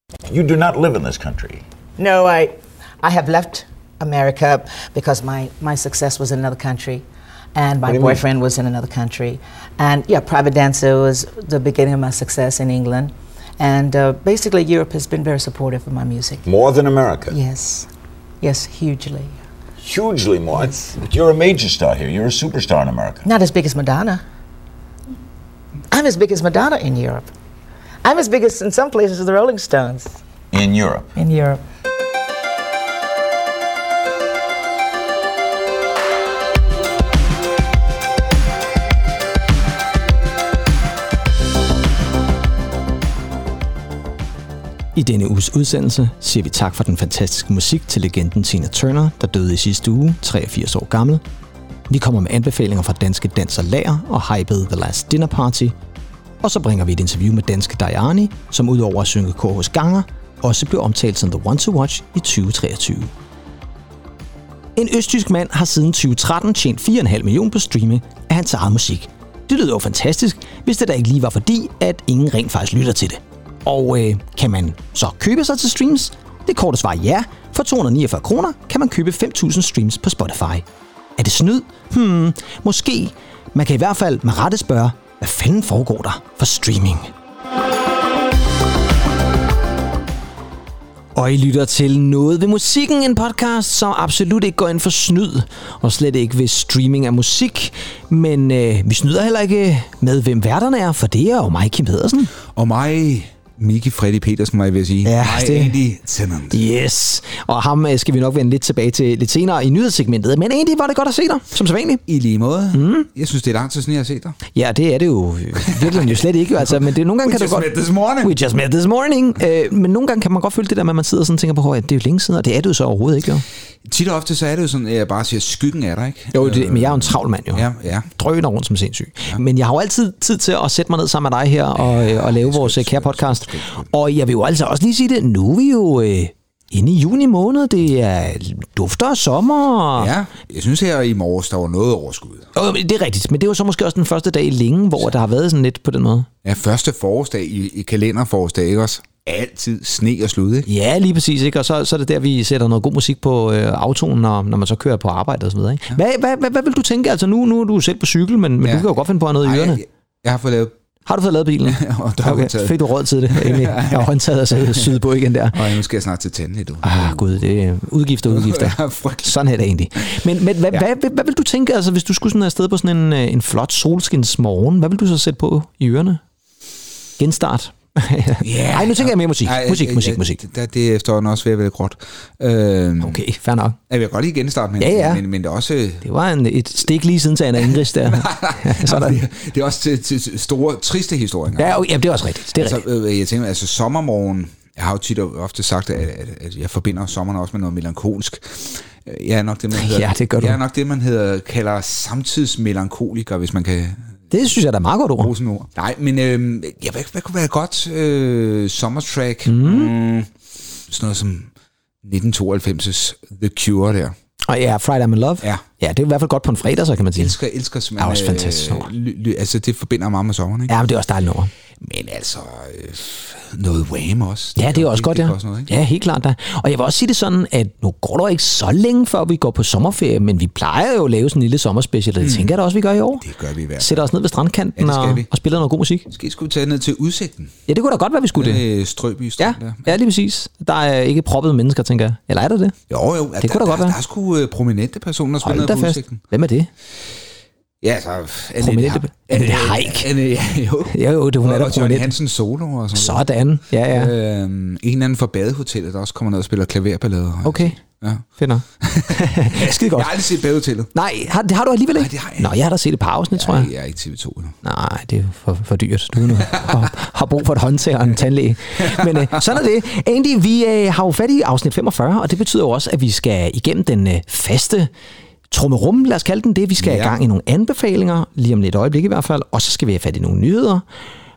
You do not live in this country. No, I have left America because my success was in another country, and my boyfriend was in another country. And yeah, Private Dancer was the beginning of my success in England. And basically Europe has been very supportive of my music. More than America? Yes, hugely. Hugely more? Yes. You're a major star here. You're a superstar in America. Not as big as Madonna. I'm as big as Madonna in Europe. I'm as big as, in some places, the Rolling Stones. In Europe? In Europe. I denne uges udsendelse siger vi tak for den fantastiske musik til legenden Tina Turner, der døde i sidste uge, 83 år gammel. Vi kommer med anbefalinger fra danske Danser Lager og hypede The Last Dinner Party. Og så bringer vi et interview med danske Dajani, som udover at synge kor hos Ganger, også blev omtalt som The One to Watch i 2023. En østtysk mand har siden 2013 tjent 4,5 millioner på streaming af hans eget musik. Det lyder jo fantastisk, hvis det da ikke lige var fordi, at ingen rent faktisk lytter til det. Og kan man så købe sig til streams? Det korte svar ja. For 249 kroner kan man købe 5.000 streams på Spotify. Er det snyd? Måske. Man kan i hvert fald med rette spørge, hvad fanden foregår der for streaming? Og I lytter til Noget ved musikken, en podcast, som absolut ikke går ind for snyd, og slet ikke ved streaming af musik. Men vi snyder heller ikke med, hvem værterne er, for det er jo mig, Kim Pedersen. Og mig, Miki Freddy Petersen, må jeg vil sige. Ja, det er Andy Tennant. Yes, og ham skal vi nok vende lidt tilbage til lidt senere i nyhedssegmentet. Men Andy, var det godt at se dig, som sædvanligt. I lige måde. Jeg synes, det er lang tid siden, jeg har set dig. Ja, det er det jo virkelig jo slet ikke. Altså, men det, nogle gange kan det godt... We just met this morning. Men nogle gange kan man godt føle det der med, at man sidder sådan og tænker på, at det er jo længe siden, og det er det jo så overhovedet ikke, jo. Tit og ofte så er det jo sådan, at jeg bare siger, skyggen er der, ikke? Jo, men jeg er jo en travl mand, jo. Ja. Drøner rundt som sindssyg. Ja. Men jeg har jo altid tid til at sætte mig ned sammen med dig her og lave vores kære podcast. Og jeg vil jo altså også lige sige det, nu er vi jo inde i juni måned, det er dufter af sommer. Ja, jeg synes her i morges, der var noget overskud. Det er rigtigt, men det var så måske også den første dag i længe, hvor der har været sådan lidt på den måde. Ja, første forårsdag i kalenderforårsdag, ikke også? Altid sne og slud, ikke? Ja, lige præcis, ikke? Og så er det der, vi sætter noget god musik på autoen, når man så kører på arbejde og sådan noget, ikke? Ja. Hvad vil du tænke? Altså nu er du selv på cykel, men du kan jo godt finde på noget i ørerne. Jeg har fået lavet... Har du fået lavet bilen? Okay. Fik du råd til det? Egentlig? Jeg har håndtaget og så syet på igen der. Og nu skal jeg snart til tanden, du. Gud, det er udgifter. Sådan er det egentlig. Men hvad vil du tænke, altså, hvis du skulle sådan afsted på sådan en flot solskinsmorgen? Hvad vil du så sætte på i ørerne? Genstart? Ej, nu tænker jeg mere musik. Musik. Det er efterhånden også ved at være gråt. Okay, fair nok. Jeg vil godt lige genstarte med men det er også... Det var et stik lige siden til Anna Ingris der. Det er også til store, triste historier. Ja, det er også rigtigt. Det er rigtigt. Jeg tænker, altså sommermorgen... Jeg har jo tit og ofte sagt, at jeg forbinder sommeren også med noget melankolsk. Jeg er nok det, man hedder... Ja, det gør du. Jeg er nok det, man kalder samtidsmelankoliker, hvis man kan... Det synes jeg, der er meget godt ord. Nej, men hvad kunne være godt sommertrack? Sådan noget som 1992's The Cure der. Og ja, Friday I'm in Love. Ja, det er i hvert fald godt på en fredag, så kan man sige. Elsker som er også fantastisk. Altså, det forbinder meget med sommeren, ikke? Ja, men det er også dejligt nummer. Men altså, noget Wham også. Ja, det er også godt, ja. Også noget, ja, helt klart da. Og jeg vil også sige det sådan, at nu går der ikke så længe, før vi går på sommerferie, men vi plejer jo at lave sådan en lille sommerspecial, og det tænker jeg da også, vi gør i år. Det gør vi i hvert fald. Sætter os ned ved strandkanten og spiller noget god musik. Skal vi tage ned til udsigten? Ja, det kunne da godt være, vi skulle det. Strøby strand der. Ja, lige præcis. Der er ikke proppet mennesker, tænker jeg. Eller er der det? Jo. Det kunne da godt være. Der er sgu prominente personer, der spiller på udsigten. Hvem er det? Ja, så Annette Haik. Jo, det hun er der på Johnny Hansen solo og sådan. Ja. En anden fra Badehotellet, der også kommer ned og spiller klaverballader. Okay. Ja. Finder. Skide godt. Jeg har aldrig set Badehotellet. Nej, har du alligevel ikke? Nej, det har jeg. Nå, jeg har da set det på afsnit, tror jeg. Jeg er ikke TV2 endnu. Nej, det er for dyrt. Du har brug for et håndtag og en tandlæge. Men sådan er det. Andy, vi har jo fat i afsnit 45, og det betyder jo også, at vi skal igennem den faste trummerum, lad os kalde den det. Vi skal i gang i nogle anbefalinger, lige om lidt øjeblik i hvert fald, og så skal vi have fat i nogle nyheder.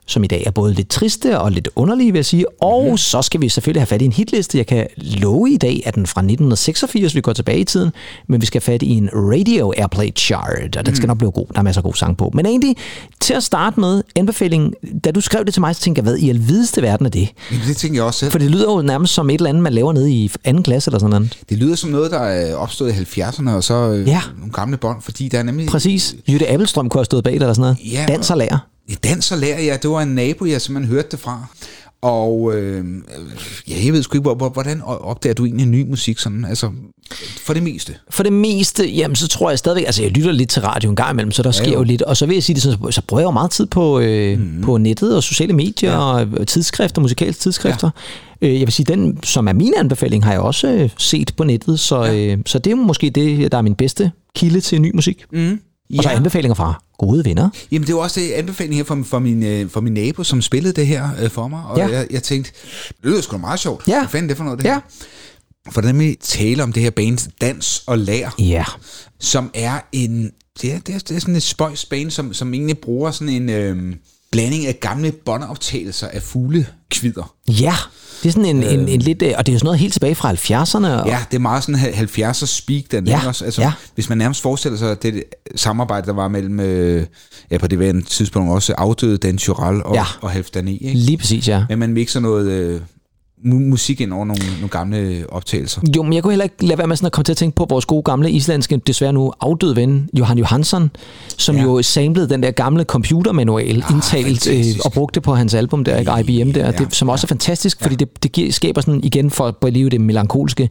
som i dag er både lidt triste og lidt underlige, vil jeg sige. Og så skal vi selvfølgelig have fat i en hitliste. Jeg kan love i dag, at den fra 1986, vi går tilbage i tiden, men vi skal have fat i en Radio Airplay Chart, og den skal nok blive god. Der er masser af god sang på. Men egentlig, til at starte med, anbefalingen, da du skrev det til mig, så tænkte jeg, hvad i alvideste verden er det? Jamen, det tænker jeg også selv. For det lyder jo nærmest som et eller andet, man laver nede i anden klasse eller sådan noget. Det lyder som noget, der er opstået i 70'erne, og så nogle gamle bånd, fordi der er nemlig... Præcis. Jytte Appelstrøm kunne have stået bag det eller sådan noget. Ja, Dans og lærer. Ja, Dans og lærer, ja. Det var en nabo, jeg simpelthen hørte det fra. Og jeg ved sgu ikke, hvordan opdager du egentlig ny musik sådan, altså for det meste? For det meste, jamen så tror jeg stadigvæk, altså jeg lytter lidt til radio en gang imellem, så der sker jo lidt, og så vil jeg sige det sådan, så bruger jeg jo meget tid på nettet og sociale medier og tidsskrifter, musikalske tidsskrifter. Jeg vil sige, den som er min anbefaling, har jeg også set på nettet, så det er måske det, der er min bedste kilde til ny musik. Og så anbefalinger fra gode venner. Jamen det var også det anbefaling her fra min nabo, som spillede det her for mig, og jeg tænkte, det lyder sgu da meget sjovt. Hvad fanden det for noget, det her? For den vil tale om det her band Dans og Lær, som er en, det er sådan et spøjsband, som egentlig bruger sådan en blanding af gamle båndoptagelser af fuglekvider. Ja, det er sådan en lidt, og det er jo sådan noget helt tilbage fra 70'erne. Ja, det er meget sådan 70'er speak, den også. Altså, hvis man nærmest forestiller sig det samarbejde, der var mellem, på det var en tidspunkt også afdøde Dan Tyrell og Half Dani, ikke? Lige præcis, ja. Men man mixer noget musik ind over nogle gamle optagelser. Jo, men jeg kunne heller ikke lade være med sådan at komme til at tænke på vores gode gamle islandske, desværre nu afdøde ven, Johan Johansson, som jo samlede den der gamle computermanual indtalt og brugte på hans album der, IBM der, det, som også er fantastisk, fordi det skaber sådan, igen for at leve det melankolske,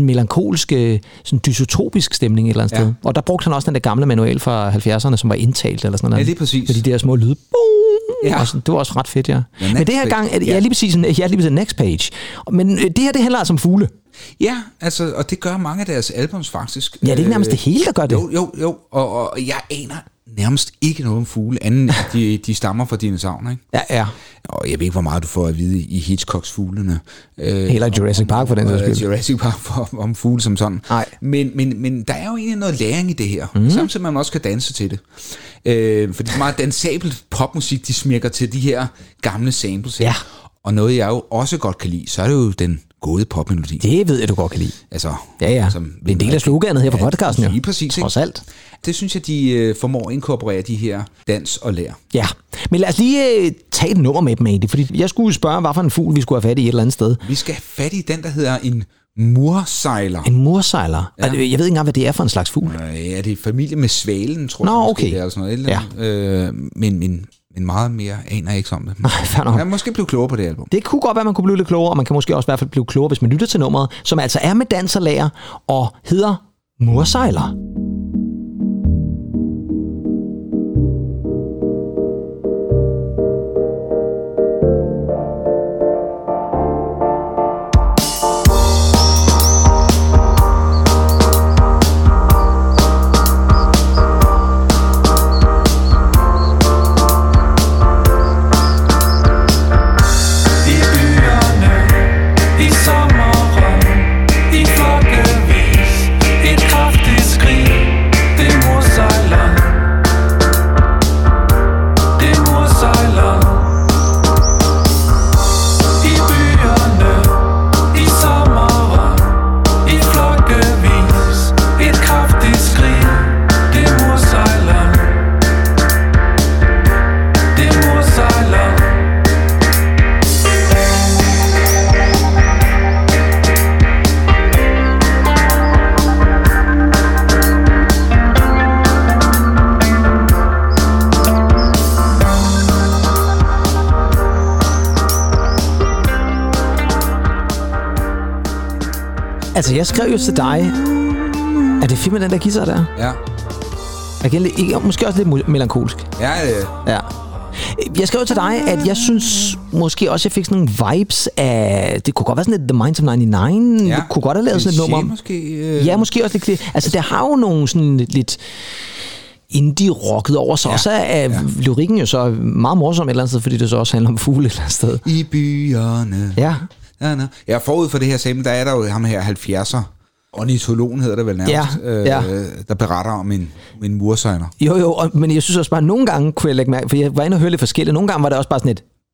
sådan dystopisk stemning et eller andet sted. Og der brugte han også den der gamle manual fra 70'erne, som var indtalt eller sådan noget. Ja, det er præcis. Med de der små lyde. Og sådan, det var også ret fedt, Men det her gang, lige præcis Next Page. Men det her, det handler altså om fugle. Ja, altså, og det gør mange af deres albums faktisk. Ja, det er ikke nærmest det hele, der gør det. Jo, og jeg aner nærmest ikke noget om fugle, anden de stammer fra dinosaurer, ikke? Ja. Og jeg ved ikke, hvor meget du får at vide i Hitchcocks fuglene. Heller Jurassic Park for den sags skyld. Jurassic Park om fugle som sådan. Nej. Men der er jo egentlig noget læring i det her, samtidig man også kan danse til det. For det er meget dansabelt popmusik, de smækker til de her gamle samples. Ja. Og noget, jeg jo også godt kan lide, så er det jo den gode popmelodi. Det ved jeg, du godt kan lide. Altså, som det er en del af sloganet her på podcasten, jo. Lige præcis. Trods alt. Det synes jeg, de formår at inkorporere de her dans og lær. Ja, men lad os lige tage et nummer med dem egentlig, fordi jeg skulle spørge, hvad for en fugl vi skulle have fat i et eller andet sted. Vi skal have fat i den, der hedder en mursejler. En mursejler? Ja. Jeg ved ikke engang, hvad det er for en slags fugl. Ja, det er familie med svalen, tror jeg. Nå, okay. Det er sådan noget. Men meget mere aner jeg ikke om det. Nej, jeg måske blive klogere på det album. Det kunne godt være, at man kunne blive lidt klogere, og man kan måske også i hvert fald blive klogere, hvis man lytter til nummeret, som altså er med dans og lær, og hedder Mursejler. Altså, jeg skrev jo til dig, er det fint med den der guitar der? Ja. Måske også lidt melankolsk. Ja. Jeg skrev til dig, at jeg synes måske også, jeg fik sådan nogle vibes af... Det kunne godt være sådan lidt The Minds of 99. Ja. Det kunne godt have lavet sådan et nummer. Måske, Ja, måske også lidt... Altså, der har jo nogle sådan lidt indie-rocket over sig. Så er lyrikken jo så meget morsom et eller andet sted, fordi det så også handler om fugle et eller andet sted. I byerne. Ja. Ja, forud for det her sample, der er der jo ham her 70'er. Ornitologen hedder det vel nærmest, der beretter om en mursejler. Jo, men jeg synes også bare, nogle gange kunne jeg lægge mærke, for jeg var inde og høre lidt forskelligt. Nogle gange var det også bare sådan et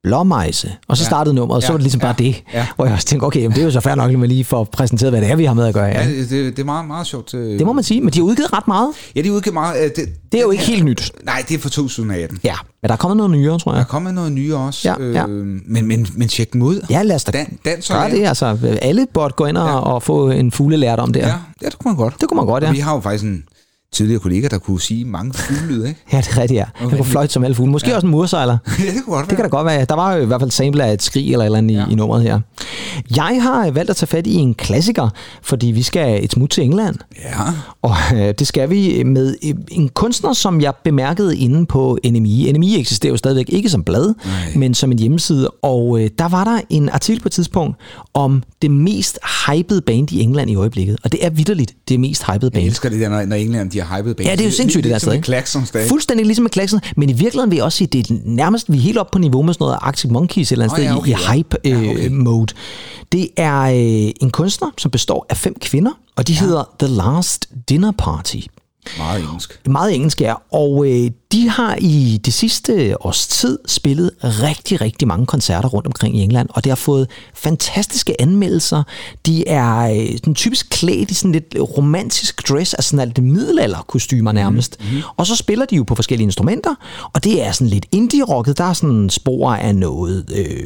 blåmejse. Og så startede nummeret, og så var det ligesom bare det. Ja. Hvor jeg også tænkte, okay, det er jo så fair nok, at man lige får præsenteret, hvad det er, vi har med at gøre. Ja, det er meget, meget sjovt. Det må man sige, men de har udgivet ret meget. Ja, de har udgivet meget. Det er jo ikke helt nyt. Nej, det er fra 2018. Ja, men der er kommet noget nyere, tror jeg. Der er kommet noget nyere også. Ja. Men tjek dem ud. Ja, lad os da gøre det. Altså, alle burde gå ind og få en fuglelærdom der. Ja, det kunne man godt. Det kunne man godt, ja. Og vi har jo faktisk en tidligere kollega, der kunne sige mange fuglelyd, ikke? Ja, det er rigtigt, ja. Han kunne fløjte som alle fugle. Måske også en mursejler. Ja, det kunne godt være. Det kan da godt være. Der var jo i hvert fald sample af et skrig eller andet i nummeret her. Jeg har valgt at tage fat i en klassiker, fordi vi skal et smut til England. Ja. Og det skal vi med en kunstner, som jeg bemærkede inde på NME. NME eksisterer jo stadigvæk ikke som blad, men som en hjemmeside. Og der var der en artikel på et tidspunkt om det mest hypede band i England i øjeblikket. Og det er vitterligt det mest hypede band. Jeg elsker det der, når England de har hypede band. Ja, det er jo sindssygt det der sted. Ligesom fuldstændig ligesom med Klaxons. Men i virkeligheden vil jeg også sige, det er nærmest vi er helt oppe på niveau med sådan noget Arctic Monkeys eller andet sted i hype-mode. Det er en kunstner, som består af 5 kvinder, og de hedder The Last Dinner Party. Meget engelsk. Meget engelsk, ja. Og de har i det sidste års tid spillet rigtig, rigtig mange koncerter rundt omkring i England, og det har fået fantastiske anmeldelser. De er sådan typisk klædt i sådan lidt romantisk dress, altså sådan lidt middelalderkostymer nærmest. Og så spiller de jo på forskellige instrumenter, og det er sådan lidt indie-rocket. Der er sådan spor af noget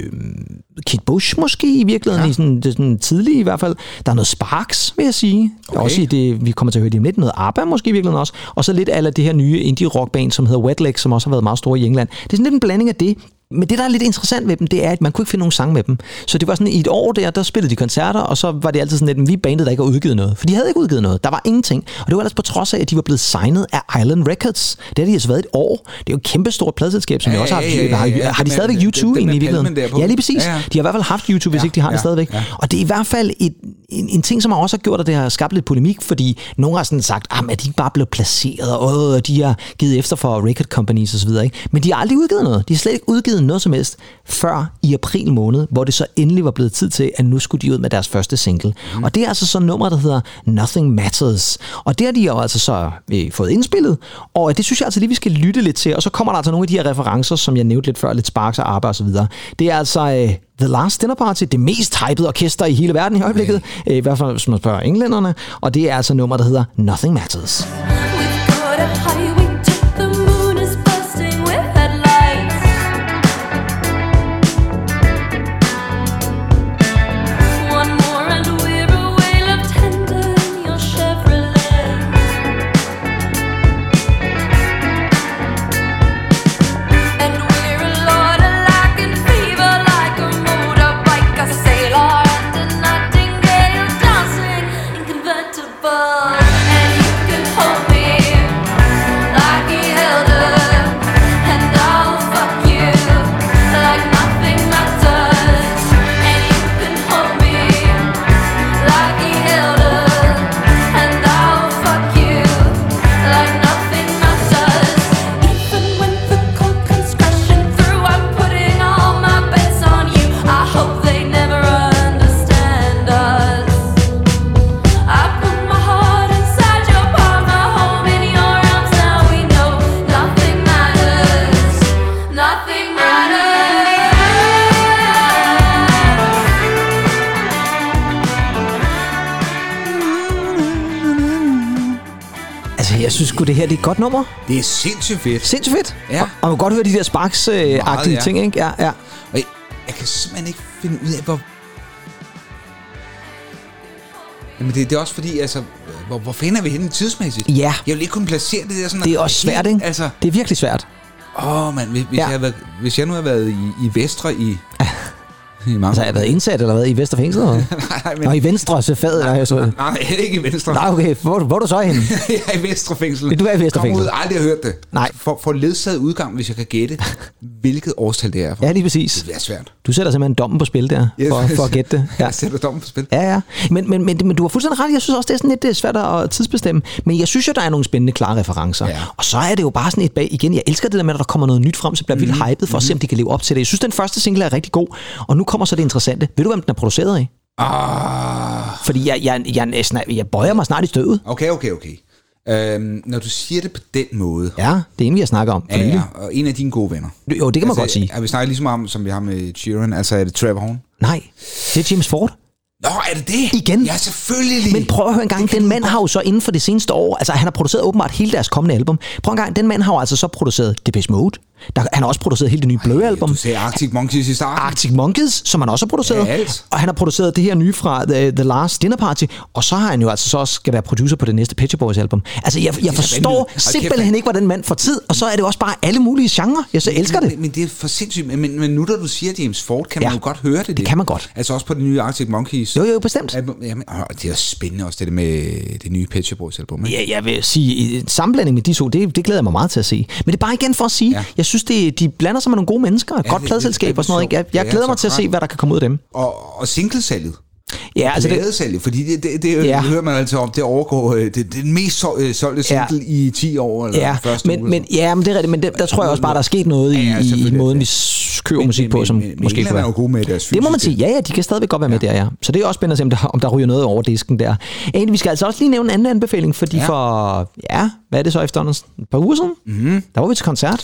Kate Bush måske i virkeligheden, i sådan tidlig i hvert fald. Der er noget Sparks, vil jeg sige. Okay. Også i det, vi kommer til at høre det om lidt, noget ABBA måske i virkeligheden også. Og så lidt af det her nye indie-rockband, som hedder Wet Leg, som også har været meget store i England. Det er sådan lidt en blanding af det. Men det, der er lidt interessant ved dem, det er, at man kunne ikke finde nogen sang med dem. Så det var sådan, i et år der spillede de koncerter, og så var det altid sådan lidt, vi bandet, der ikke har udgivet noget. For de havde ikke udgivet noget. Der var ingenting. Og det var ellers på trods af, at de var blevet signet af Island Records. Det har de altså været et år. Det er jo et kæmpestort pladselskab, som jeg også har. Har de stadigvæk YouTube egentlig i virkeligheden? Ja, lige præcis. Ja. De har i hvert fald haft YouTube, hvis ikke de har det stadigvæk. Ja. Og det er i hvert fald en ting, som også har gjort, at det har skabt lidt polemik, fordi nogen har sådan sagt, at de ikke bare blev placeret, og de har givet efter for record companies osv. Men de har aldrig udgivet noget. De har slet ikke udgivet noget som helst før i april måned, hvor det så endelig var blevet tid til, at nu skulle de ud med deres første single. Og det er altså så nummer, der hedder Nothing Matters. Og det har de jo altså så fået indspillet, og det synes jeg altså lige, vi skal lytte lidt til. Og så kommer der altså nogle af de her referencer, som jeg nævnte lidt før, lidt Sparks og ABBA og så videre. Det er altså The Last Dinner Party, det mest hypede orkester i hele verden i øjeblikket, i hvert fald hvis man spørger englænderne, og det er altså nummer, der hedder Nothing Matters. Jeg synes sgu, det her det er et godt nummer. Det er sindssygt fedt. Sindssygt fedt? Ja. Og man kan godt høre de der Sparks-agtige ting, ikke? Ja. Og jeg kan simpelthen ikke finde ud af, hvor... Jamen det er også fordi, altså, hvor fanden er vi henne tidsmæssigt? Ja. Jeg vil ikke kunne placere det der sådan... Det er også svært, ikke? Altså... Det er virkelig svært. Hvis jeg nu har været i Vestre i... Altså, har jeg været indsat eller været i Vesterfængsel? Nej, men... Nå, i Venstre, så fadet. Nej, ikke i Venstre. Nej, okay. Hvor er du så henne? Jeg er i Vesterfængsel. Du er i Vesterfængsel. Kom ud, aldrig har hørt det. Nej. For ledsaget udgang, hvis jeg kan gætte, hvilket årstal det er. For. Ja, lige præcis. Det er svært. Du sætter simpelthen dommen på spil der, for at gætte det. Ja. Jeg sætter dommen på spil. Ja. Men du har fuldstændig ret. Jeg synes også, det er sådan lidt svært at tidsbestemme. Men jeg synes jo, der er nogle spændende, klare referencer. Ja. Og så er det jo bare sådan et bag igen. Jeg elsker det der med, at der kommer noget nyt frem, så bliver vildt hypet for at se, om de kan leve op til det. Jeg synes, den første single er rigtig god. Og nu kommer så det interessante. Ved du, hvem den er produceret af? Fordi jeg bøjer mig snart i støvet. Okay. Når du siger det på den måde... Ja, det er en, vi har snakket om. Ja, og en af dine gode venner. Jo, det kan man godt sige. Er vi snakker ligesom om, som vi har med Sheeran, altså er det Trevor Horn? Nej, det er James Ford. Nå, er det det? Igen. Ja, selvfølgelig. Men prøv at høre en gang, den mand har jo så inden for det seneste år, altså han har produceret åbenbart hele deres kommende album. Prøv en gang, den mand har jo altså så produceret Depeche Mode. Han har også produceret hele det nye Blø-album. Du sagde Arctic Monkeys i starten. Arctic Monkeys, som han også har produceret. Ja, og han har produceret det her nye fra The Last Dinner Party. Og så har han jo altså så også skal være producer på det næste Pet Shop Boys album. Altså jeg forstår simpelthen ikke, hvordan mand får tid. Og så er det også bare alle mulige genrer. Jeg så elsker det. Men det er for sindssygt. Men nu da du siger James Ford, kan man jo godt høre det. Det kan man godt. Altså også på det nye Arctic Monkeys. Jo, bestemt. Jamen, det er spændende også det med det nye Pet Shop Boys album. Ja, jeg vil sige, en sammenblanding med de to, det glæder jeg mig meget til at se. Men det er bare igen for at sige, jeg synes, de blander sig med nogle gode mennesker, et godt pladeselskab og sådan noget. Jeg glæder mig til at se, hvad der kan komme ud af dem. Og singlesalget. Ja, altså det fordi det hører man altså om, det overgår det den mest solgte single i 10 år eller første uge. Men det er rigtigt, men der tror jeg også bare der er sket noget i måden vi køber musik på, som måske kunne være. Jo gode med deres det må man sige. Ja, de kan stadigvæk godt være med der, ja. Så det er også spændende at se om der ryger noget over disken der. Egentlig vi skal altså også lige nævne en anden anbefaling, fordi for hvad er det så efterhånden et par uger siden? Der var vi til koncert.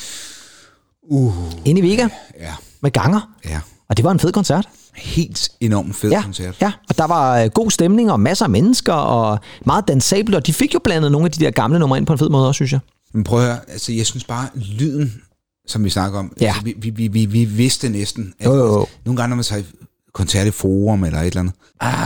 Inde i Vega. Ja. Med Ganger. Ja. Og det var en fed koncert. Helt enormt fed koncert. Ja, og der var god stemning og masser af mennesker og meget dansabelt, og de fik jo blandet nogle af de der gamle numre ind på en fed måde også, synes jeg. Men prøv at høre, altså jeg synes bare, lyden, som vi snakker om, altså, vi vidste næsten. At nogle gange, når man tager koncert i forum eller et eller andet,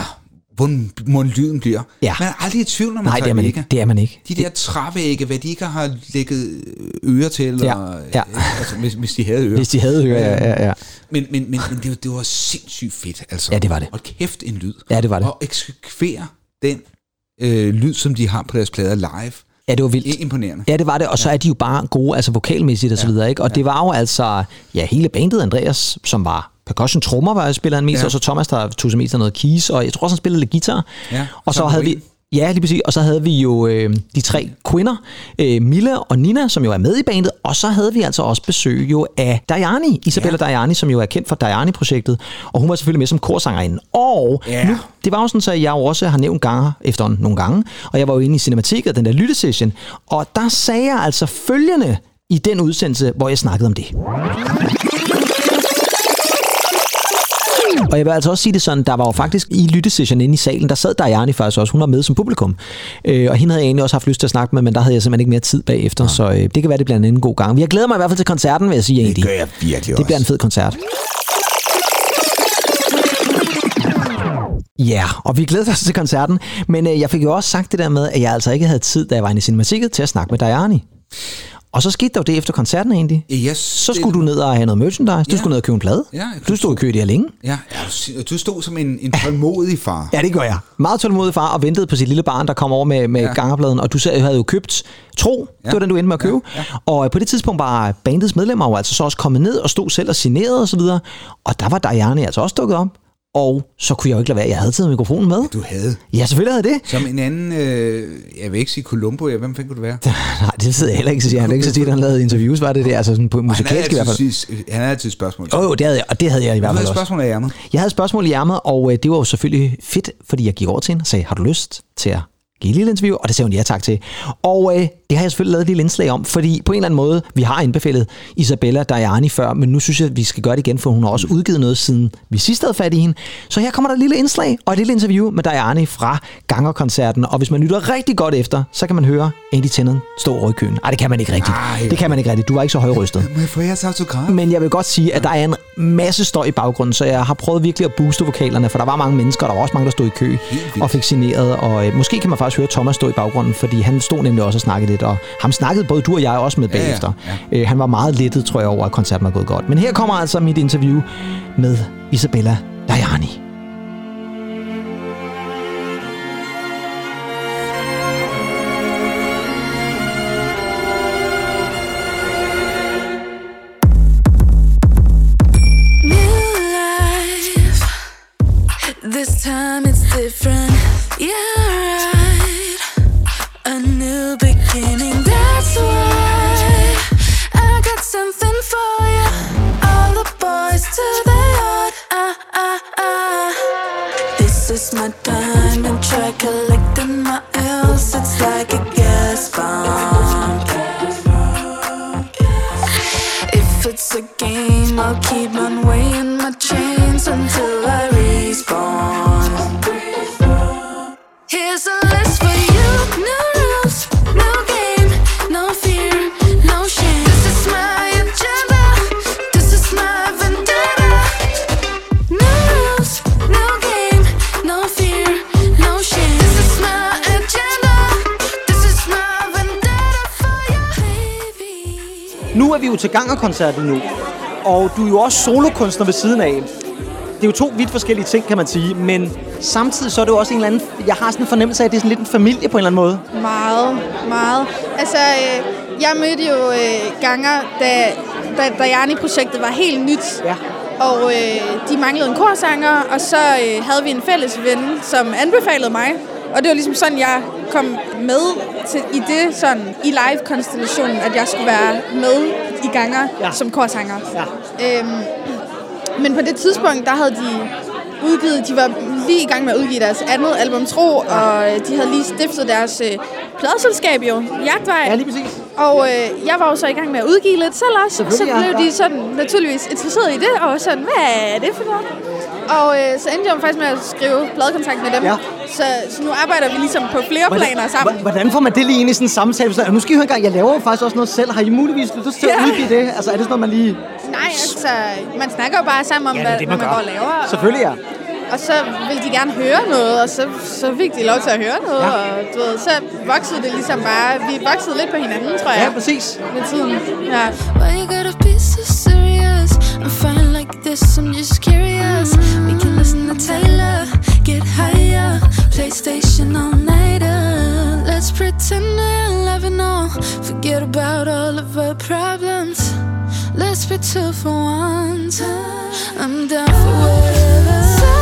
hvordan lyden bliver. Ja. Man er aldrig i tvivl, når man tager Vega. Det er man ikke. De der trævægge, hvad de ikke har lægget ører til, altså, hvis de havde ører. Hvis de havde ører, ja. Men det var sindssygt fedt, altså. Ja, det var det. Og kæft en lyd. Ja, det var det. Og eksekvere den lyd, som de har på deres plader live. Ja, det var vildt. Imponerende. Ja, det var det, og så er de jo bare gode, altså vokalmæssigt og så videre, ikke? Og det var jo altså, hele bandet, Andreas, som var percussion trommer, var jeg spiller han mest, og så Thomas, der tog sig mest af noget keys, og jeg tror også, han spillede lidt guitar. Ja, og så havde vi... Ja, lige præcis. Og så havde vi jo de 3 kvinder, Milla og Nina, som jo er med i bandet, og så havde vi altså også besøg jo af Dajani, Isabella Dajani, som jo er kendt for Dajani-projektet, og hun var selvfølgelig med som korsangerinde. Og nu, det var jo sådan, at jeg jo også har nævnt Ganger efter nogle gange, og jeg var jo inde i Cinematikket, den der lyttesession, og der sagde jeg altså følgende i den udsendelse, hvor jeg snakkede om det. Og jeg vil altså også sige det sådan, der var jo faktisk i lyttesession inde i salen, der sad Dajani faktisk også, hun var med som publikum. Og hende havde jeg egentlig også haft lyst til at snakke med, men der havde jeg simpelthen ikke mere tid bagefter, så det kan være, det bliver en god gang. Jeg glæder mig i hvert fald til koncerten, vil jeg sige egentlig. Det gør jeg virkelig også. Det bliver en fed koncert. Ja, og vi glæder os til koncerten, men jeg fik jo også sagt det der med, at jeg altså ikke havde tid, da jeg var inde i Cinematikket, til at snakke med Dajani. Og så skete der jo det efter koncerten egentlig. Yes, så skulle du ned og have noget merchandise. Du skulle ned og købe en plade. Ja, du stod i kø der længe. Ja, du stod som en tålmodig far. Ja, det gør jeg. Meget tålmodig far og ventede på sit lille barn, der kom over med gangerpladen. Og du havde jo købt Tro. Det var den, du endte med at købe. Ja. Og på det tidspunkt var bandets medlemmer jo altså så også kommet ned og stod selv og signerede og så videre. Og der var Dajani altså også dukket op. Og så kunne jeg jo ikke lade være. Jeg havde taget mikrofonen med. Du havde? Ja, selvfølgelig havde det. Som en anden, jeg vil ikke sige Columbo, hvem fanden kunne det være? Nej, det ved jeg heller ikke, så siger han. Ikke så tit, at han lavede interviews, var det altså sådan på musikalsk i hvert fald. Han havde altid spørgsmål. Jo, det havde jeg, og det havde jeg i hvert fald også. Du havde spørgsmål i ærmet? Jeg havde spørgsmål i ærmet, og det var jo selvfølgelig fedt, fordi jeg gik over til hende og sagde, har du lyst til at give et lille interview? Og det sagde hun ja tak til. Og det har jeg selvfølgelig lavet et lille indslag om, fordi på en eller anden måde, vi har indbefalet Isabella Dajani før, men nu synes jeg, at vi skal gøre det igen, for hun har også udgivet noget, siden vi sidst havde fat i hende. Så her kommer der et lille indslag og et lille interview med Dajani fra Ganger-koncerten. Og hvis man lytter rigtig godt efter, så kan man høre Andy Tennant stå over i køen. Nej, det kan man ikke rigtigt. Det kan man ikke rigtigt. Du var ikke så højrystet. Men jeg vil godt sige, at der er en masse støj i baggrunden, så jeg har prøvet virkelig at booste vokalerne, for der var mange mennesker, der var også mange, der stod i kø og fik signeret. Og måske kan man faktisk høre Thomas stå i baggrunden, fordi han stod nemlig også og snakkede lidt, og ham snakkede både du og jeg også med bagefter. Ja. Han var meget lettet, tror jeg, over, at koncerten var gået godt. Men her kommer altså mit interview med Isabella Dajani. This time it's different, yeah, right. A new beginning, that's why I got something for you. All the boys to the yard, This is my time and try collecting my else. It's like a gas. respond. If it's a game, I'll keep on weighing my chains until I respawn. Here's a list for you. No rules, no game, no fear, no shame. This is my agenda, this is my vendetta. No rules, no game, no fear, no shame. This is my agenda, this is my vendetta for your baby. Nu er vi jo til Ganger-koncerten nu, og du er jo også solokunstner ved siden af. Det er jo to vidt forskellige ting, kan man sige, men samtidig så er det jo også en eller anden... Jeg har sådan en fornemmelse af, at det er sådan lidt en familie på en eller anden måde. Meget, meget. Altså, jeg mødte jo Ganger, da Jani-projektet var helt nyt. Ja. Og de manglede en korsanger, og så havde vi en fælles ven, som anbefalede mig. Og det var ligesom sådan, jeg kom med i det sådan i live-konstellationen, at jeg skulle være med i Ganger som korsanger. Ja. Men på det tidspunkt, der havde de var lige i gang med at udgive deres andet album, Tro, og de havde lige stiftet deres pladeselskab jo, Jagtvej. Ja, lige præcis. Og jeg var jo så i gang med at udgive lidt selv også, så blev de sådan naturligvis interesseret i det, og sådan, hvad er det for noget? Og så endte jeg faktisk med at skrive pladekontrakt med dem. Ja. Så nu arbejder vi ligesom på flere planer sammen. Hvordan får man det lige ind i sådan en samtale? Nu skal I høre en gang, jeg laver jo faktisk også noget selv. Har I muligvis lyst til at udgive det? Altså er det sådan noget, man lige... Nej, altså man snakker jo bare sammen om, hvad man går og laver. Selvfølgelig, ja. Og så ville de gerne høre noget, og så fik de lov til at høre noget, og du ved, så voksede det ligesom bare, vi voksede lidt på hinanden, tror jeg. Ja, præcis. Med tiden, ja. Why you gotta be so serious? I'm fine like this, I'm just curious. We can listen to Taylor, get higher, PlayStation all nighter. Let's pretend we're loving all, forget about all of our problems. Let's be two for once. I'm down for whatever.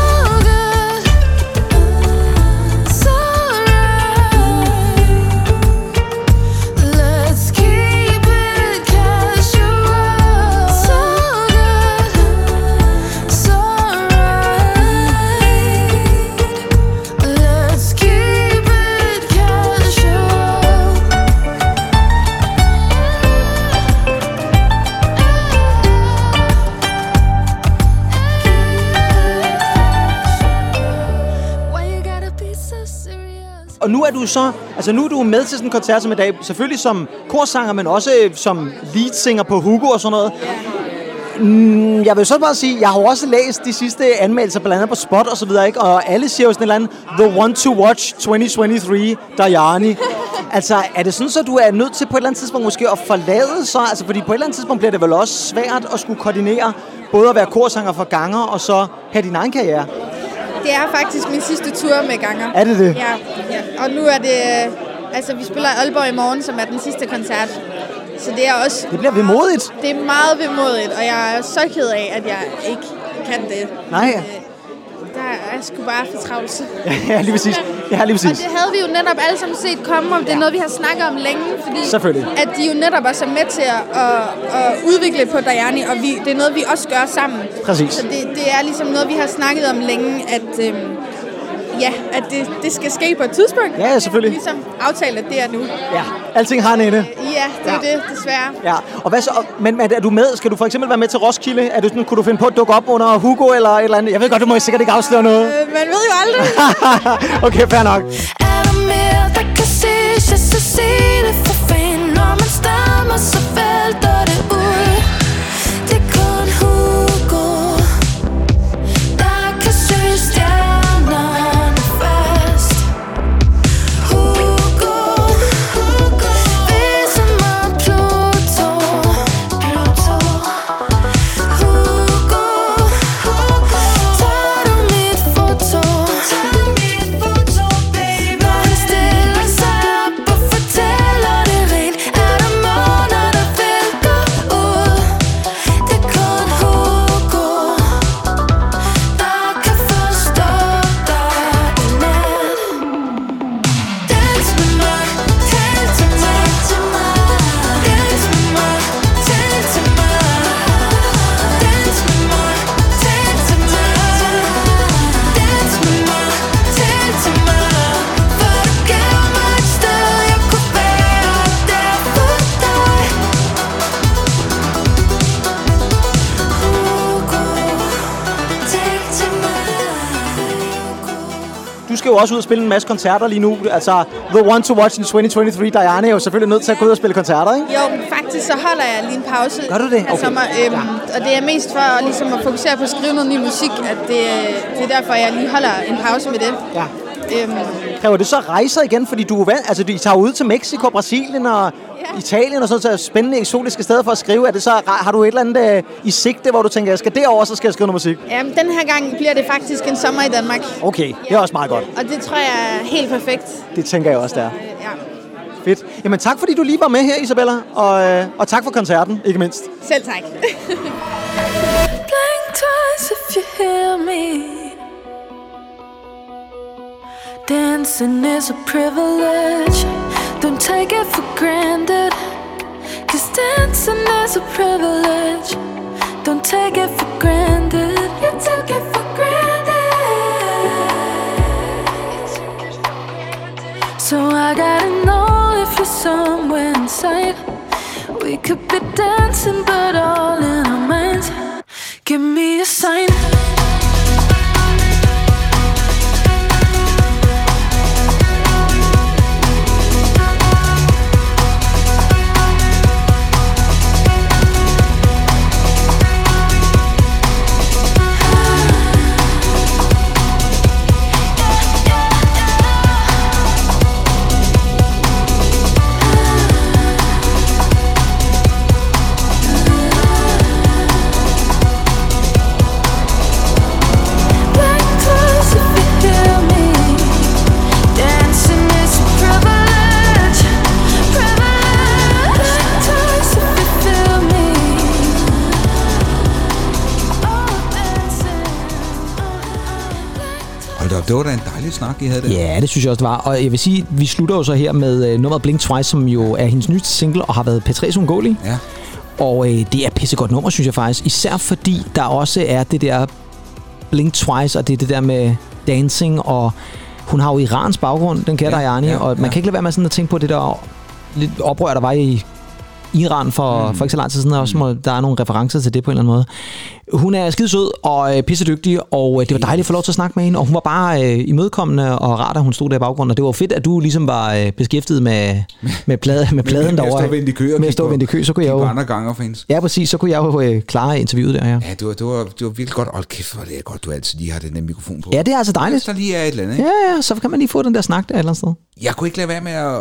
Og nu er du så, altså nu er du med til sådan en koncert som i dag, selvfølgelig som korsanger, men også som leadsinger på Hugo og sådan noget. Jeg vil så bare sige, jeg har også læst de sidste anmeldelser, blandt andet på Spot og så videre, ikke? Og alle siger jo sådan en eller anden, The One to Watch 2023, Dajani. Altså, er det sådan, så du er nødt til på et eller andet tidspunkt måske at forlade så? Altså, fordi på et eller andet tidspunkt bliver det vel også svært at skulle koordinere både at være korsanger for Ganger og så have din egen karriere. Det er faktisk min sidste tur med Ganger. Er det det? Ja. Og nu er det... Altså, vi spiller i Aalborg i morgen, som er den sidste koncert. Så det er også... Det bliver vemodigt. Det er meget vemodigt, og jeg er så ked af, at jeg ikke kan det. Nej. Der er sgu bare fortravelse. Ja, lige præcis. Ja, lige præcis. Og det havde vi jo netop alle sammen set komme, og det er noget, vi har snakket om længe, fordi at de jo netop også er med til at udvikle på Dajani, og det er noget, vi også gør sammen. Præcis. Så det er ligesom noget, vi har snakket om længe, at... at det skal ske på et tidspunkt. Ja, selvfølgelig. Ligesom aftalt, at det er nu. Ja, alting har en ende. Ja, det er det, desværre. Ja, og hvad så? Men er du med? Skal du for eksempel være med til Roskilde? Er du sådan, kunne du finde på at dukke op under Hugo eller et eller andet? Jeg ved godt, du må sikkert ikke afsløre noget. Man ved jo aldrig. Okay, fair nok. Er der mere, der kan ses? Jeg så se det for fanden. Når man stammer, så vælter det ud. Det er kun Hugo, der kan søge stjernerne fast. Hugo, viser mig Pluto. Hugo, tager du mit foto? Når han stiller sig op og fortæller det rent, er der måner, der vil gå du skal jo også ud og spille en masse koncerter lige nu. Altså, the one to watch in 2023, Diane er jo selvfølgelig nødt til at gå ud og spille koncerter, ikke? Jo, faktisk så holder jeg lige en pause. Gør du det? Okay. Og det er mest for ligesom at fokusere på at skrive noget ny musik, at det er derfor, jeg lige holder en pause med det. Ja. Kræver det så rejser igen, fordi du er vant, altså I tager ud til Mexico, Brasilien og Italien og sådan så spændende eksotiske steder for at skrive. Er det så, har du et eller andet i sigte, hvor du tænker, jeg skal derover, så skal jeg skrive noget musik? Jamen, den her gang bliver det faktisk en sommer i Danmark. Okay, det er også meget godt. Og det tror jeg er helt perfekt. Det tænker jeg også, der. Ja. Fedt. Jamen tak, fordi du lige var med her, Isabella, og tak for koncerten, ikke mindst. Selv tak. Blink twice if you hear me. Dancing is a privilege. Don't take it for granted. 'Cause dancing is a privilege. Don't take it for granted. You took it for granted. So I gotta know if you're somewhere inside. We could be dancing but all in our minds. Give me a sign. Det var da en dejlig snak, I havde der. Ja, det synes jeg også, det var. Og jeg vil sige, vi slutter jo så her med nummeret Blink Twice, som jo er hendes nyeste single og har været P3's uundgåelig. Ja. Og det er et pissegodt nummer, synes jeg faktisk. Især fordi der også er det der Blink Twice, og det er det der med dancing, og hun har jo Irans baggrund, den kære Diane, og man kan ikke lade være med sådan at tænke på det der lidt oprør, der var i Iran for ikke så lang tid siden, og også der er nogle referencer til det på en eller anden måde. Hun er skidesød og pissedygtig, og det var dejligt at få lov til at snakke med hende, og hun var bare imødekommende og rar, da hun stod der i baggrunden, og det var fedt, at du ligesom var beskæftiget med pladen derovre. Med at stå og vente i kø, så kunne jeg jo... andre gange for hendes. Ja, præcis, så kunne jeg jo klare interviewet der, ja. Ja, det var virkelig godt. Hold kæft, hvor det er godt, du altid lige har den der mikrofon på. Ja, det er altså dejligt. Så lige er et eller andet, ikke? Ja, så kan man lige få den der snak der et eller andet sted. Jeg kunne ikke lade være med at...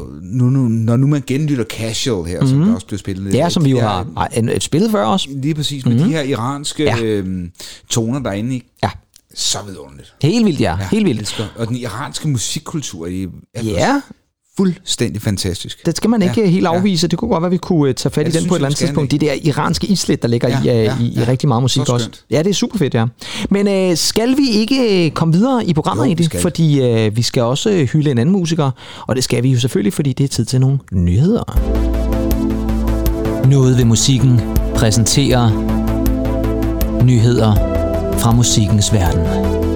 Når nu man genlytter Casual her, som der også blev spillet... Ja, som vi jo har spillet før også. Lige præcis, med de her iranske toner derinde i. Ja. Så vidunderligt. Helt vildt, ja. Helt vildt. Og den iranske musikkultur er fuldstændig fantastisk. Det skal man ikke helt afvise. Det kunne godt være, vi kunne tage fat i den på et eller andet tidspunkt. Det der iranske islet, der ligger i rigtig meget musik også. Ja, det er super fedt, ja. Men skal vi ikke komme videre i programmet i det? Fordi vi skal også hylde en anden musiker, og det skal vi jo selvfølgelig, fordi det er tid til nogle nyheder. Noget ved musikken præsenterer nyheder fra musikkens verden.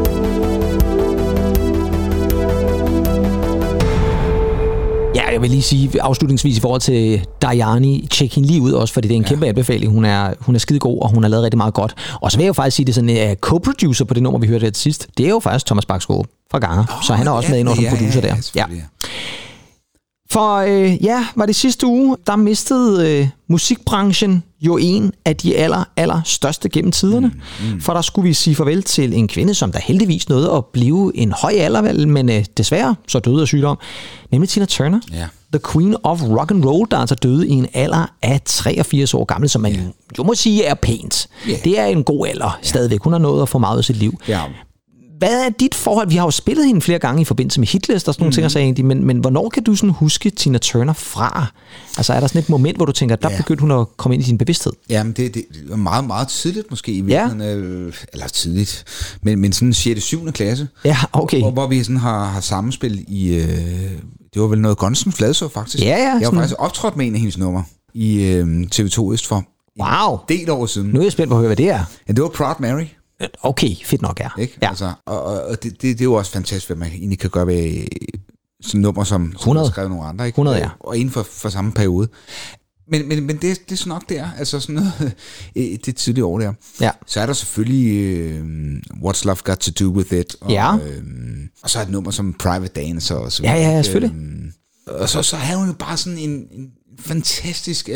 Ja, jeg vil lige sige afslutningsvis i forhold til Diane, tjek hende lige ud også, fordi det er en kæmpe anbefaling. Hun er skide god, og hun har lavet rigtig meget godt. Og så vil jeg jo faktisk sige, det sådan co-producer på det nummer, vi hørte her til sidst. Det er jo faktisk Thomas Bachsgaard fra Ganger, så han er også med ind under som producer der. Ja. For var det sidste uge, der mistede musikbranchen jo en af de aller største gennem tiderne. For der skulle vi sige farvel til en kvinde, som der heldigvis nåede at blive en høj alder, men desværre så døde af sygdom, nemlig Tina Turner. The Queen of Rock and Roll, der altså døde i en alder af 83 år gammel, som man jo må sige er pænt. Det er en god alder stadigvæk. Hun har nået at få meget af sit liv. Hvad er dit forhold? Vi har jo spillet hende flere gange i forbindelse med hitlist og sådan nogle ting, så egentlig, men hvornår kan du sådan huske Tina Turner fra? Altså er der sådan et moment, hvor du tænker, der begyndte hun at komme ind i din bevidsthed? Jamen det var meget, meget tidligt måske i virkeligheden, eller tidligt, men sådan 6. 7. klasse. Ja, okay. Hvor vi sådan har sammenspil i, det var vel noget Gunsen Fladså faktisk. Jeg var faktisk optrådt med en af hendes numre i TV2 Øst for en del år siden. Nu er jeg spændt på at høre, hvad det er. Ja, det var Proud Mary. Okay, fedt nok, ja. Ikke? Ja. Altså, og det er jo også fantastisk, hvad man egentlig kan gøre ved sådan nummer, som har skrevet nogle andre. Ikke? 100, ja. Og inden for samme periode. Men det er sådan nok der, altså sådan noget, det tidlige år der. Ja. Så er der selvfølgelig What's Love Got to Do With It. Og, Og så et nummer som Private Dancer og så videre. Ja, selvfølgelig. Og så havde hun jo bare sådan en fantastisk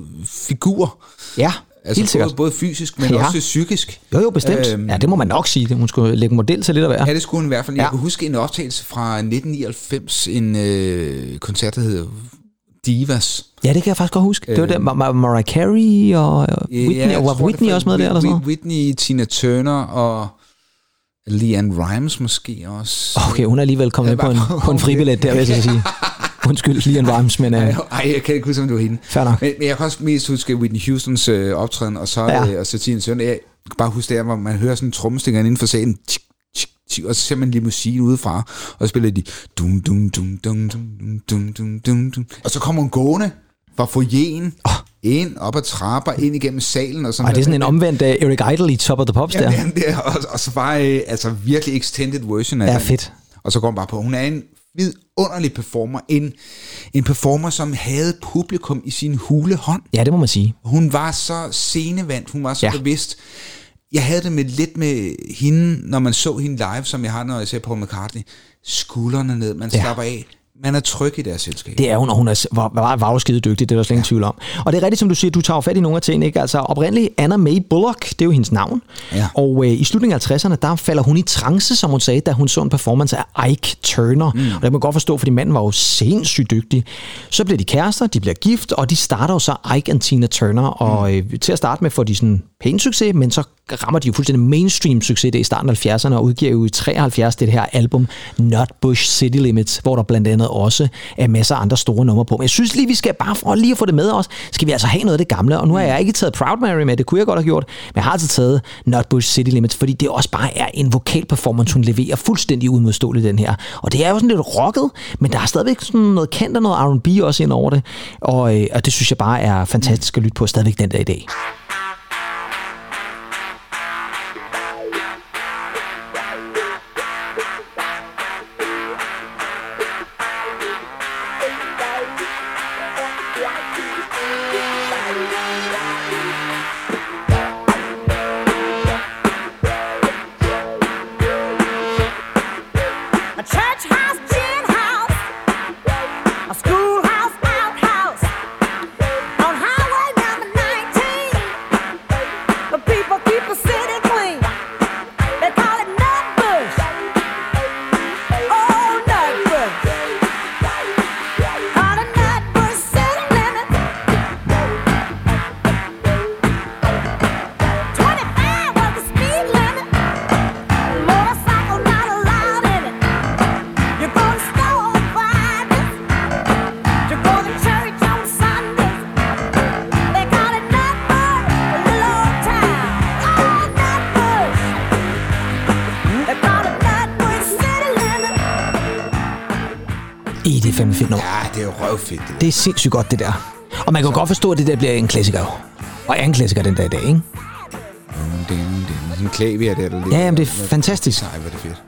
figur. Ja, altså helt sikkert. Både fysisk, men også psykisk. Jo, bestemt. Ja, det må man nok sige. Hun skulle lægge model til lidt at være. Ja, det skulle hun i hvert fald. Jeg kan huske en optagelse fra 1999, en koncert, der hedder Divas. Ja, det kan jeg faktisk godt huske. Det var der Mariah Carey og Whitney, og var Whitney også med der? Eller sådan? Whitney, Tina Turner og LeAnn Rimes måske også. Okay, hun er alligevel kommet på en fribillet der, vil jeg sige. Undskyld, LeAnn Rimes, men... Ej, jeg kan ikke huske, om det var hende. Fair nok. Men jeg kan også mest huske Whitney Houstons optræden, og så Tina Turner. Jeg kan bare huske der, hvor man hører sådan en trommestikker inden for salen, og så ser man limousine udefra, og så spiller de dum dum dum dum dum dum dum dum, og så kommer hun gående fra foyeren ind op ad trapper, ind igennem salen og sådan. Og det er sådan en omvendt Eric Idle i Top of the Pops der. Ja, det er, og så bare virkelig extended version af det. Ja, fedt. Og så går hun bare på. Hun er en vidunderlig performer. En performer, som havde publikum i sin hule hånd. Ja, det må man sige. Hun var så scenevandt, hun var så bevidst. Jeg havde det lidt med hende, når man så hende live, som jeg har, når jeg ser Paul McCartney. Skuldrene ned, man slapper af. Man er tryg i deres selskab. Det er hun, og hun var skide dygtig, det er der slet ingen tvivl om. Og det er rigtigt, som du siger, du tager fat i nogle af tingene, ikke? Altså oprindeligt Anna Mae Bullock, det er jo hendes navn. Ja. Og i slutningen af 60'erne, der falder hun i trance, som hun sagde, da hun så en performance af Ike Turner. Og det kan man godt forstå, fordi manden var jo sindssygt dygtig. Så bliver de kærester, de bliver gift, og de starter jo så Ike og Tina Turner. Og til at starte med får de sådan pæn succes, men så rammer de jo fuldstændig mainstream succes det i starten af 70'erne, og udgiver jo i 73 det her album Nutbush City Limits, hvor der blandt andet også er masser af andre store numre på. Men jeg synes lige, vi skal bare for lige at få det med os, skal vi altså have noget af det gamle, og nu har jeg ikke taget Proud Mary med, det kunne jeg godt have gjort, men jeg har altså taget Nutbush City Limits, fordi det også bare er en vokal performance, hun leverer fuldstændig udmodståeligt den her. Og det er jo sådan lidt rocket, men der er stadigvæk sådan noget kendt og noget R&B også ind over det, og det synes jeg bare er fantastisk at lytte på stadigvæk den dag i dag. Fedt nummer. Ja, det er jo røvfedt. Det er sindssygt godt, det der. Og man kan jo godt forstå, at det der bliver en klassiker. Og er en klassiker den dag i dag, ikke? Sådan en klavier der. Ja, jamen, det er fantastisk. Nej, hvor er det fedt.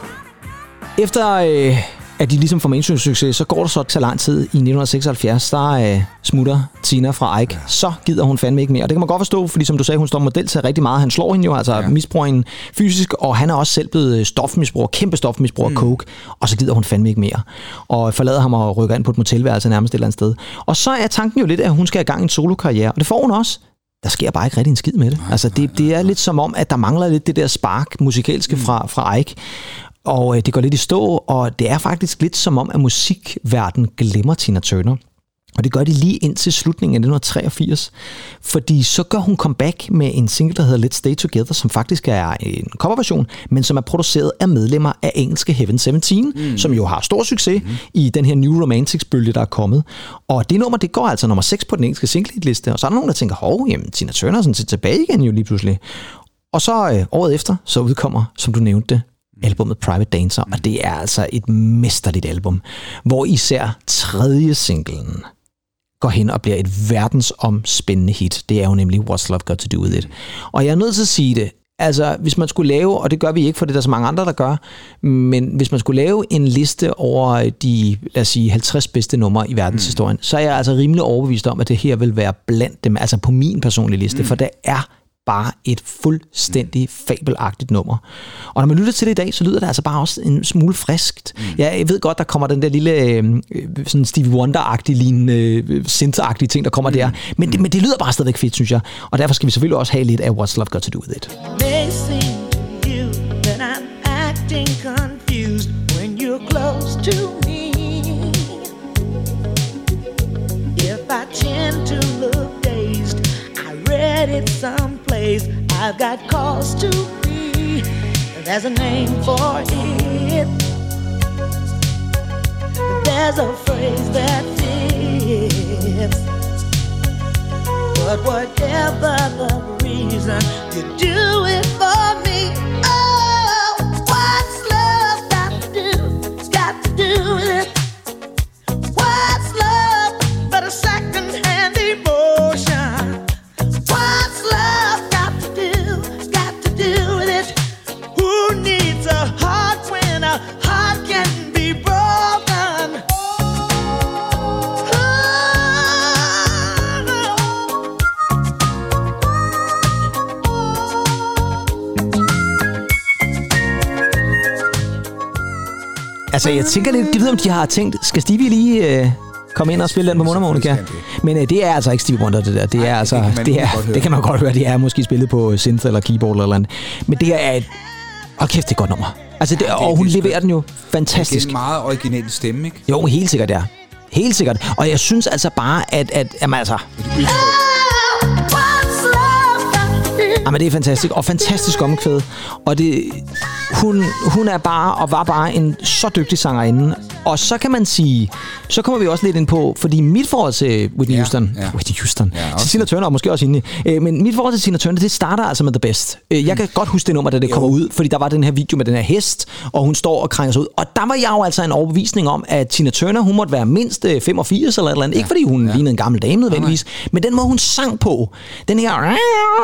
Efter at de ligesom får mainstream succes, så går der så lang tid i 1976, der smutter Tina fra Ike. Så gider hun fandme ikke mere. Og det kan man godt forstå, fordi som du sagde, hun står model til rigtig meget. Han slår hende jo, altså misbruger hende fysisk, og han er også selv blevet stofmisbruger, kæmpe stofmisbruger af coke, og så gider hun fandme ikke mere. Og forlader ham og rykker ind på et motelværelse nærmest et eller andet sted. Og så er tanken jo lidt, at hun skal i gang i en solokarriere, og det får hun også. Der sker bare ikke rigtig en skid med det. Altså det er lidt som om, at der mangler lidt det der spark musikalske fra Ike. Og det går lidt i stå, og det er faktisk lidt som om, at musikverden glemmer Tina Turner. Og det gør de lige indtil slutningen af 1983. Fordi så gør hun comeback med en single, der hedder Let's Stay Together, som faktisk er en coverversion, men som er produceret af medlemmer af engelske Heaven 17, som jo har stor succes i den her New Romantics-bølge, der er kommet. Og det nummer, det går altså nummer 6 på den engelske single-liste, og så er der nogen, der tænker, jamen Tina Turner er sådan set tilbage igen jo lige pludselig. Og så året efter, så udkommer, som du nævnte, albumet Private Dancer, og det er altså et mesterligt album, hvor især tredje singlen går hen og bliver et verdensomspændende hit. Det er jo nemlig What's Love Got To Do With It. Og jeg er nødt til at sige det, altså hvis man skulle lave, og det gør vi ikke, for det er der så mange andre, der gør, men hvis man skulle lave en liste over de, lad os sige, 50 bedste numre i verdenshistorien, så er jeg altså rimelig overbevist om, at det her vil være blandt dem, altså på min personlige liste, for der er bare et fuldstændig fabelagtigt nummer. Og når man lytter til det i dag, så lyder det altså bare også en smule friskt. Jeg ved godt, der kommer den der lille sådan Stevie Wonder-agtige, lignende, synth-agtige ting, der kommer der. Men det lyder bare stadigvæk fedt, synes jeg. Og derfor skal vi selvfølgelig også have lidt af What's Love Got to Do With It. Confused when you're close to me. If I tend to look dazed, I read it someplace. I've got cause to be. There's a name for it. There's a phrase that fits. But whatever the reason, you do it for me. Do it. What's love but a second-hand emotion? What's love got to do with it? Who needs a heart when a heart can be broken? Altså, jeg tænker lidt, jeg ved, om de har tænkt, skal Stevie lige komme ind og spille den på mundharmonika? Men det er altså ikke Stevie Wonder, det der. Det er altså, det kan man godt høre. Det er måske spillet på synth eller keyboard eller andet. Men det er et, kæft, det er et godt nummer. Altså, og hun leverer den jo fantastisk. Det er en meget original stemme, ikke? Jo, helt sikkert, ja. Helt sikkert. Og jeg synes altså bare, at jamen altså... Jamen, det er fantastisk, og fantastisk omkvæd. Og det, hun er bare, og var bare en så dygtig sangerinde. Og så kan man sige, så kommer vi også lidt ind på, fordi mit forhold til Whitney Houston, til Tina Turner, og måske også hende, men mit forhold til Tina Turner, det starter altså med The Best. Jeg kan godt huske det nummer, da det kommer ud, fordi der var den her video med den her hest, og hun står og krænger sig ud. Og der var jeg jo altså en overbevisning om, at Tina Turner, hun måtte være mindst 85 eller et eller andet. Ikke fordi hun lignede en gammel dame nødvendigvis, men den måde, hun sang på, den her,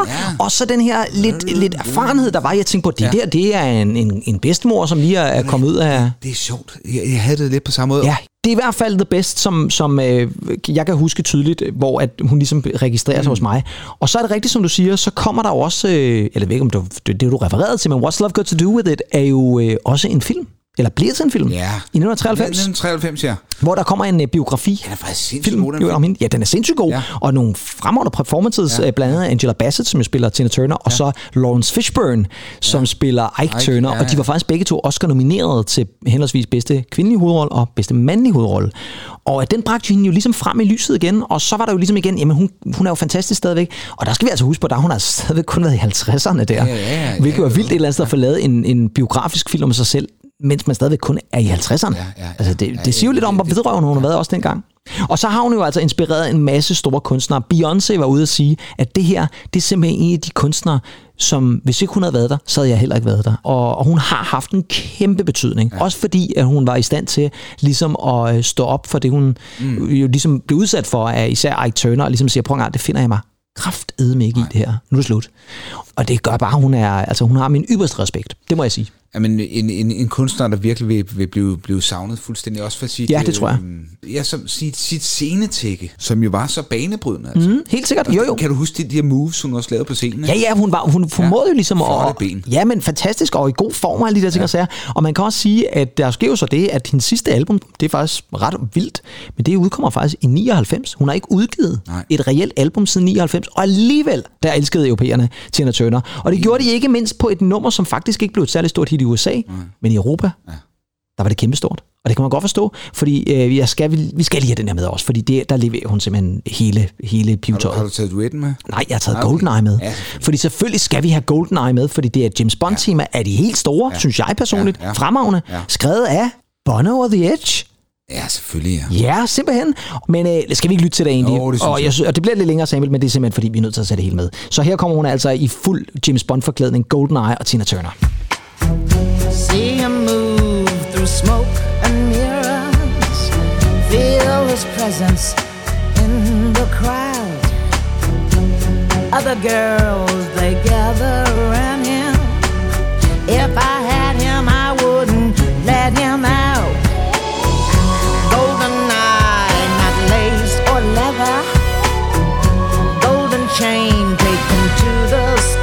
og så den her lidt erfarenhed, der var, jeg tænkte på, det er en bedstemor, som lige er kommet ud af... Det er sjovt. Jeg havde det lidt på samme måde. Ja, det er i hvert fald The Best, som jeg kan huske tydeligt, hvor at hun ligesom registrerer sig hos mig. Og så er det rigtigt, som du siger, så kommer der også, jeg ved ikke, om det du refererede til, men What's Love Got to Do With It, er jo også en film. Eller bliver til en film. Ja. I 1993. 1993, ja. Hvor der kommer en biografi. Den er faktisk sindssygt god. Ja, den er sindssygt god. Ja. Og nogle fremragende performances, blandt andet Angela Bassett, som spiller Tina Turner, og så Lawrence Fishburne, som spiller Ike Turner. Og de var faktisk begge to Oscar nomineret til henholdsvis bedste kvindelige hovedrolle og bedste mandlige hovedrolle. Og den bragte hende jo ligesom frem i lyset igen, og så var der jo ligesom igen, jamen hun er jo fantastisk stadigvæk. Og der skal vi altså huske på, at hun har stadigvæk kun været i 50'erne der. Hvilket var vildt et eller andet sted at få lavet en biografisk film om sig selv, mens man stadigvæk kun er i 50'erne. Altså det siger jo lidt om, hvor vedrørende hun har været også dengang. Og så har hun jo altså inspireret en masse store kunstnere. Beyoncé var ude at sige, at det her, det er simpelthen en af de kunstnere, som hvis ikke hun havde været der, så havde jeg heller ikke været der. Og hun har haft en kæmpe betydning. Også fordi, at hun var i stand til ligesom at stå op for det, hun jo ligesom blev udsat for af især Ike Turner, og ligesom siger, prøv det finder jeg mig kraftedme ikke i det her. Nu er det slut. Og det gør bare, hun har min ypperste respekt. Det må jeg sige. Jamen, en kunstner, der virkelig vil blive savnet fuldstændig, også for sit... Ja, det tror jeg. Ja, som sit scenetække, som jo var så banebrydende. Altså. Helt sikkert, jo. Kan du huske de her moves, hun også lavede på scenen? Ja, hun formåede jo ligesom at... ben. Ja, men fantastisk, og i god form og alle de der ting og sager. Og man kan også sige, at der sker jo så det, at hendes sidste album, det er faktisk ret vildt, men det udkommer faktisk i 99. Hun har ikke udgivet et reelt album siden 99, og alligevel, der elskede europæerne Tina Turner. Og det gjorde de ikke mindst på et nummer, som faktisk ikke blev et særligt stort hit i USA, men i Europa, der var det kæmpestort. Og det kan man godt forstå, fordi vi skal lige have den her med også, fordi der leverer hun simpelthen hele pivetøjet. Har du taget duetten med? Nej, jeg har taget GoldenEye med. Ja, fordi selvfølgelig skal vi have GoldenEye med, fordi det er James Bond-tema af de helt store, synes jeg personligt, fremragende, skrevet af Bono og The Edge. Ja, selvfølgelig, Ja, simpelthen. Men skal vi ikke lytte til det egentlig? Og det bliver lidt længere, Samuel, men det er simpelthen, fordi vi er nødt til at sætte det hele med. Så her kommer hun altså i fuld James Bond-forklædning, GoldenEye og Tina Turner. See him move through smoke and mirrors, feel his presence in the crowd. Other girls, they gather around him. If I had him, I wouldn't let him out. Golden eye, not lace or leather. Golden chain taken to the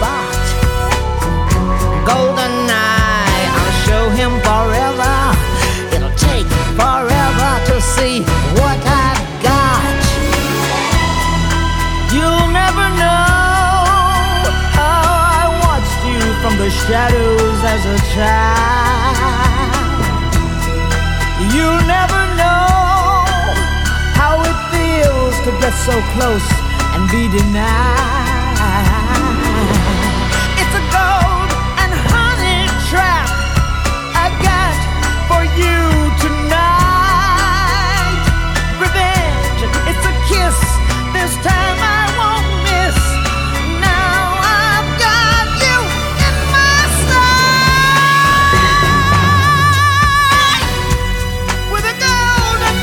child. You'll never know how it feels to get so close and be denied. It's a gold and honey trap I got for you tonight. Revenge, it's a kiss, this time I won't miss. Now I've got you in my sight. With a golden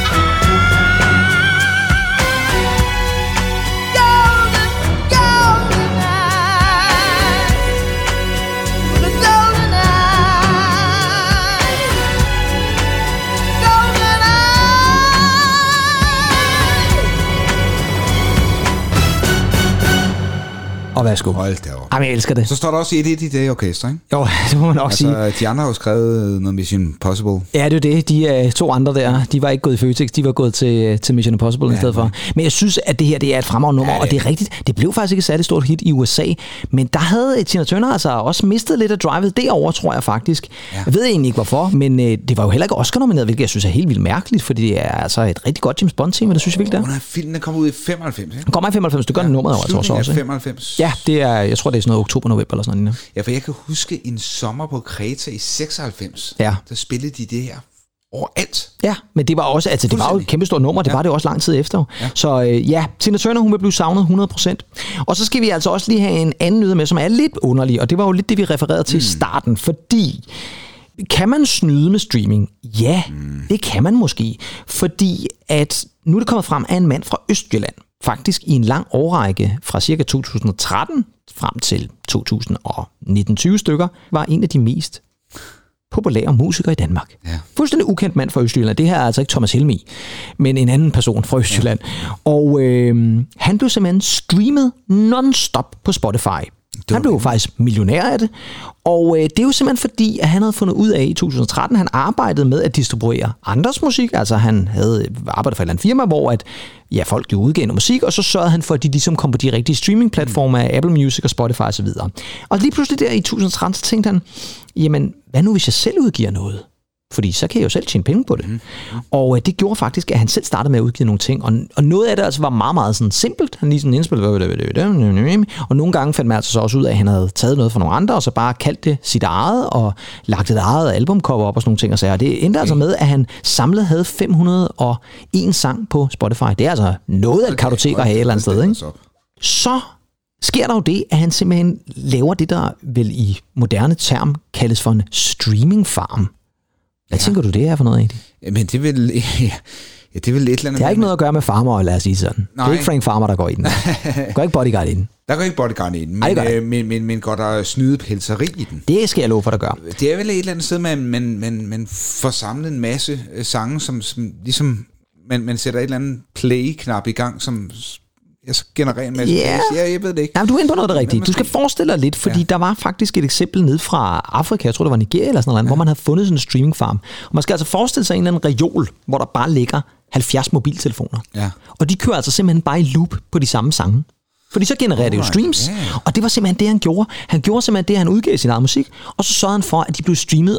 Og værsgo. Hold da op. Jamen, jeg elsker det. Så står der også 1-1 i det orkester, ikke? Jo, det må man nok sige. De andre har jo skrevet noget Mission Impossible. Ja, det er det. De to andre der, de var ikke gået i Føtex, de var gået til Mission Impossible i stedet for. Men jeg synes, at det her det er et fremragende nummer, og det er rigtigt. Det blev faktisk ikke et særligt stort hit i USA, men der havde Tina Turner altså også mistet lidt af drivet derovre, tror jeg faktisk. Ja. Jeg ved egentlig ikke hvorfor, men det var jo heller ikke Oscar-nomineret, hvilket jeg synes er helt vildt mærkeligt, fordi det er altså et rigtig godt James Bond-tema, det synes jeg virkelig der. Filmen kom ud i 95, ikke? Den kommer i 95, det gør den nummeret over, tror jeg også. 95. Ja, det er, jeg tror det er sådan noget oktober-november eller sådan noget. Ja, for jeg kan huske en sommer på Kreta i 96, ja. Der spillede de det her overalt. Ja, men det var også, altså det var jo et kæmpestort nummer, det var det også lang tid efter. Ja. Så ja, Tina Turner, hun vil blive savnet 100%. Og så skal vi altså også lige have en anden nyhed med, som er lidt underlig, og det var jo lidt det, vi refererede til i starten, fordi kan man snyde med streaming? Ja, det kan man måske, fordi at nu er det kommet frem af en mand fra Østjylland, faktisk i en lang årrække fra cirka 2013 frem til 2019-20 stykker, var en af de mest populære musikere i Danmark. Ja. Fuldstændig ukendt mand fra Østjylland. Det her er altså ikke Thomas Helmig, men en anden person fra Østjylland. Ja. Og han blev simpelthen streamet non-stop på Spotify. Han blev faktisk millionær af det, og det er jo simpelthen fordi, at han havde fundet ud af i 2013, han arbejdede med at distribuere andres musik, altså han havde arbejdet for et eller andet firma, hvor at, ja, folk jo udgav noget musik, og så sørgede han for, at de ligesom kom på de rigtige streamingplatformer af Apple Music og Spotify osv. Og lige pludselig der i 2013, så tænkte han, jamen, hvad nu hvis jeg selv udgiver noget? Fordi så kan jeg jo selv tjene penge på det. Og det gjorde faktisk, at han selv startede med at udgive nogle ting. Og noget af det altså var meget, meget sådan simpelt. Han lige sådan indspillede. Og nogle gange fandt man altså så også ud af, at han havde taget noget fra nogle andre, og så bare kaldt det sit eget, og lagt et eget albumcover op og sådan nogle ting. Og så det endte altså med, at han samlet havde 501 sang på Spotify. Det er altså noget af et kartotek at have et eller andet sted, ikke? Så sker der jo det, at han simpelthen laver det, der vel i moderne term kaldes for en streaming farm. Hvad tænker du, det er for noget egentlig? Men det vil det er vel et eller andet. Det har ikke noget at gøre med Farmer, lad os sige sådan. Nej. Det er ikke Frank Farmer, der går i den. Der går ikke Bodyguard i den. Der går ikke Bodyguard i den, men går der snydepelseri i den? Det skal jeg love for, der gør. Det er vel et eller andet sted, man får samlet en masse sange, som ligesom man sætter et eller andet play-knap i gang, som så genererer en masse jeg ved det ikke. Nej, du er inde på noget af det rigtige. Du skal forestille dig lidt, fordi der var faktisk et eksempel ned fra Afrika, jeg tror det var Nigeria eller sådan noget, hvor man havde fundet sådan en streamingfarm. Og man skal altså forestille sig en eller anden reol, hvor der bare ligger 70 mobiltelefoner. Ja. Og de kører altså simpelthen bare i loop på de samme sange. Fordi så genererer det jo streams, og det var simpelthen det, han gjorde. Han gjorde simpelthen det, han udgav sin egen musik, og så sørgede han for, at de blev streamet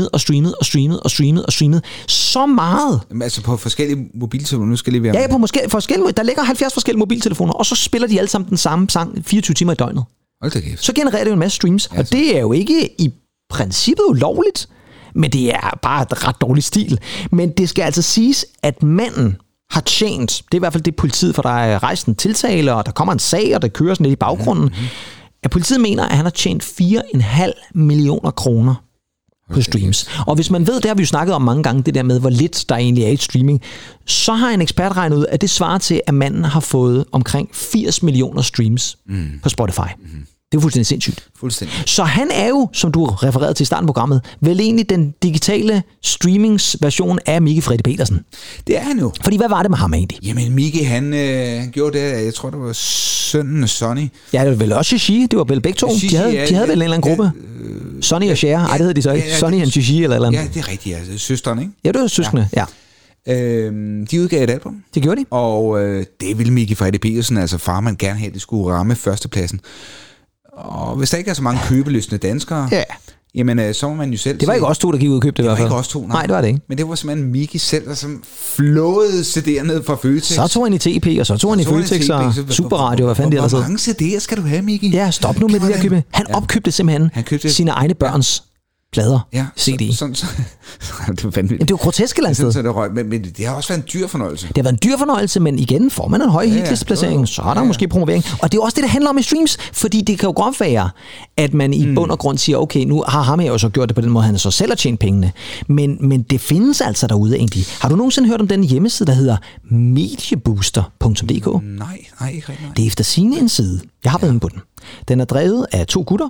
så meget. Men altså på forskellige mobiltelefoner, nu skal lige være. Ja, på forskellige, der ligger 70 forskellige mobiltelefoner, og så spiller de alle sammen den samme sang 24 timer i døgnet. Så genererer det jo en masse streams, og det er jo ikke i princippet ulovligt, men det er bare et ret dårligt stil. Men det skal altså siges, at manden har tjent, det er i hvert fald det politiet, for der er rejst en tiltale, og der kommer en sag, og der kører sådan lidt i baggrunden. At politiet mener, at han har tjent 4,5 millioner kroner på streams. Og hvis man ved, det har vi jo snakket om mange gange, det der med, hvor lidt der egentlig er i streaming, så har en ekspert regnet ud, at det svarer til, at manden har fået omkring 80 millioner streams på Spotify. Det er jo fuldstændig sindssygt. Så han er jo, som du refererede til i starten af programmet, vel egentlig den digitale streamingsversion af Mikke Frede Petersen. Det er han jo. Fordi hvad var det med ham egentlig? Jamen Mikke, han gjorde det, jeg tror det var sønnen Sonny. Ja, det var vel også Gigi, det var vel begge to. De havde vel en eller anden gruppe. Sonny og Cher, det hedder de så ikke. Sonny og Gigi eller eller andet. Ja, det er rigtigt, ja. Søsteren, ikke? Ja, det var søskende, ja. De udgav et album. Det gjorde de. Og det ville Mikke Frede Petersen, altså farmand, gerne have, det skulle ramme førstepladsen. Og hvis der ikke er så mange købelystne danskere, jamen så må man jo selv... Det var ikke os to, der gik ud og købte det i hvert fald. Det var ikke os to, nej, det var det ikke. Men det var simpelthen Miki selv, der som flåede CD'er ned fra Føtex. Så tog han i TP, og så tog han i Føtex og Superradio, hvad fanden de ellers hed. Hvor mange CD'er skal du have, Miki? Ja, stop nu med det der købe. Han opkøbte simpelthen sine egne børns plader, CD. Det var vanvittigt. Det er jo grotesk et eller andet sted. Men det har også været en dyr fornøjelse. Det har været en dyr fornøjelse, men igen, får man en høj hitlisteplacering, så er der måske promovering. Og det er også det, der handler om i streams, fordi det kan jo godt være, at man i bund og grund siger, okay, nu har ham jo så gjort det på den måde, han så selv har tjent pengene. Men det findes altså derude egentlig. Har du nogensinde hørt om den hjemmeside, der hedder mediebooster.dk? Nej, ikke rigtig. Det er efter sigende en side. Jeg har været inde på den. Den er drevet af 2 gutter,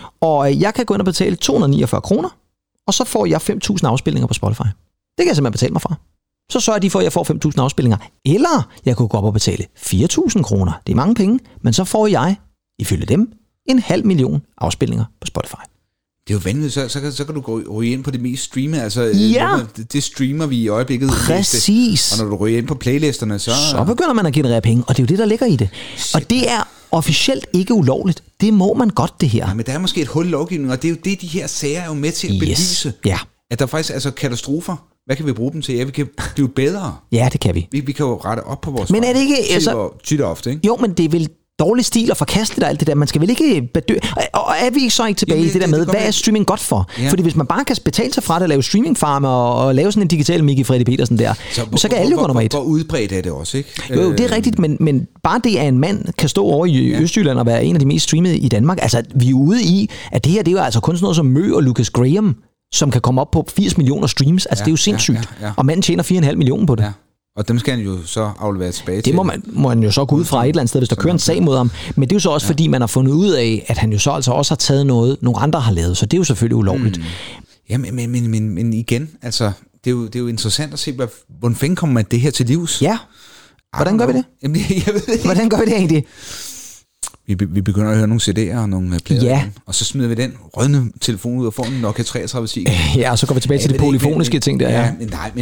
og jeg kan gå ind og betale 249 kroner, og så får jeg 5.000 afspilninger på Spotify. Det kan jeg simpelthen betale mig fra. Så sørger de for, at jeg får 5.000 afspilninger. Eller jeg kunne gå op og betale 4.000 kroner. Det er mange penge, men så får jeg, ifølge dem, 500.000 afspilninger på Spotify. Det er jo vanvittigt, så kan du gå ind på det mest streamede, altså det streamer vi i øjeblikket. Præcis. Og når du ryger ind på playlisterne, så begynder man at generere penge, og det er jo det, der ligger i det. Og det er officielt ikke ulovligt. Det må man godt, det her. Ja, men der er måske et hul i lovgivningen, og det er jo det, de her sager er jo med til at bevise. Ja. At der faktisk er katastrofer. Hvad kan vi bruge dem til? Ja, vi kan blive bedre. Ja, det kan vi. Vi kan jo rette op på vores men er det ikke tit og ofte, ikke? Jo, men det er vel dårlig stil og forkasteligt og alt det der. Man skal vel ikke bedøve. Og er vi ikke så ikke tilbage i det der med, hvad er streaming godt for? Ja. Fordi hvis man bare kan betale sig fra det at lave streamingfarme og lave sådan en digital Miki Freddy Petersen der, så kan alle jo gå nummer 1. Hvor udbredt er det også, ikke? Jo, det er rigtigt, men bare det, at en mand kan stå over i Østjylland og være en af de mest streamede i Danmark, altså vi er ude i, at det her, det er jo altså kun sådan noget som Mø og Lucas Graham, som kan komme op på 80 millioner streams. Altså det er jo sindssygt. Og manden tjener 4,5 millioner på det. Ja. Og dem skal han jo så aflevere tilbage til. Det må man jo så gå ud fra et eller andet sted, hvis der kører en sag mod ham. Men det er jo så også, fordi man har fundet ud af, at han jo så altså også har taget noget, nogle andre har lavet. Så det er jo selvfølgelig ulovligt. Ja, men igen, altså, det er jo interessant at se, hvordan fanden kommer man det her til livs? Ja. Hvordan gør vi det? Jamen, jeg ved ikke. Hvordan gør vi det egentlig? Vi begynder at høre nogle CD'er og nogle plader, og så smider vi den rødne telefon ud og får en Nokia 3310. Ja, og så går vi tilbage til det polyfoniske ting der. Ja, men nej,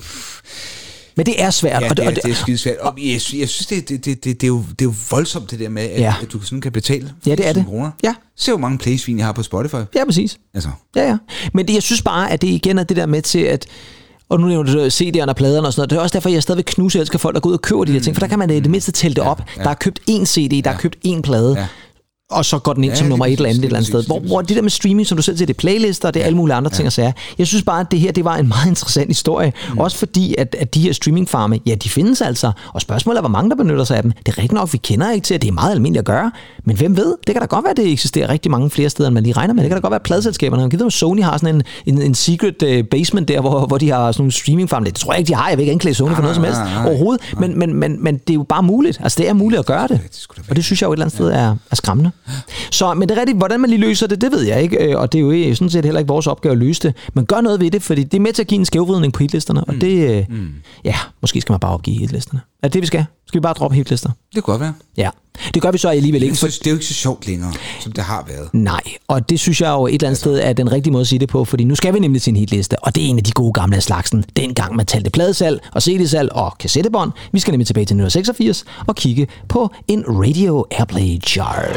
men det er svært. Ja, det er skidesvært. Og jeg synes, det er jo voldsomt det der med, at du sådan kan betale 1.000 kroner. Ja. Se, hvor mange playsvin jeg har på Spotify. Ja, præcis. Altså. Ja. Men jeg synes bare, at det igen er det der med til, at og nu nævner du CD'erne og pladerne og sådan noget. Det er også derfor, jeg stadigvæk knuser elsker folk, der går ud og køber de her ting. For der kan man det mindste tælle det op. Der er købt 1 CD, der er købt 1 plade. Ja. Og så går den ind som nummer 1 eller andet et eller andet sted. Hvor det der med streaming, som du selv siger, det er playlister, det er alle mulige andre ting at sige. Jeg synes bare, at det her, det var en meget interessant historie. Også fordi, at de her streamingfarme, ja, de findes altså. Og spørgsmålet er, hvor mange der benytter sig af dem. Det er rigtigt nok, vi kender ikke til, at det er meget almindeligt at gøre. Men hvem ved? Det kan da godt være, at det eksisterer rigtig mange flere steder, end man lige regner med. Det kan da godt være, at pladeselskaberne, jeg ved, Sony har sådan en secret basement der, hvor de har sådan nogle streamingfarme. Det tror jeg ikke, de har. Jeg vil ikke anklage Sony for noget som helst overhovedet. Men det er jo bare muligt. Altså, det er muligt at gøre det. Og det synes jeg jo et eller andet sted er skræmmende. Så, men det er rigtigt, hvordan man lige løser det, det ved jeg ikke, og det er jo sådan set heller ikke vores opgave at løse det, men gør noget ved det, fordi det er med til at give en skævvridning på hitlisterne, og det, ja, måske skal man bare opgive hitlisterne. Er det det, vi skal? Skal vi bare droppe hitlister? Det kan godt være. Ja, det gør vi så alligevel ikke. Det er jo ikke så sjovt længere, som det har været. Nej, og det synes jeg jo et eller andet sted er den rigtige måde at sige det på, fordi nu skal vi nemlig til en hitliste, og det er en af de gode gamle af slagsen. Dengang man talte pladesalg og CD-salg og kassettebånd. Vi skal nemlig tilbage til 1986 og kigge på en Radio Airplay Chart.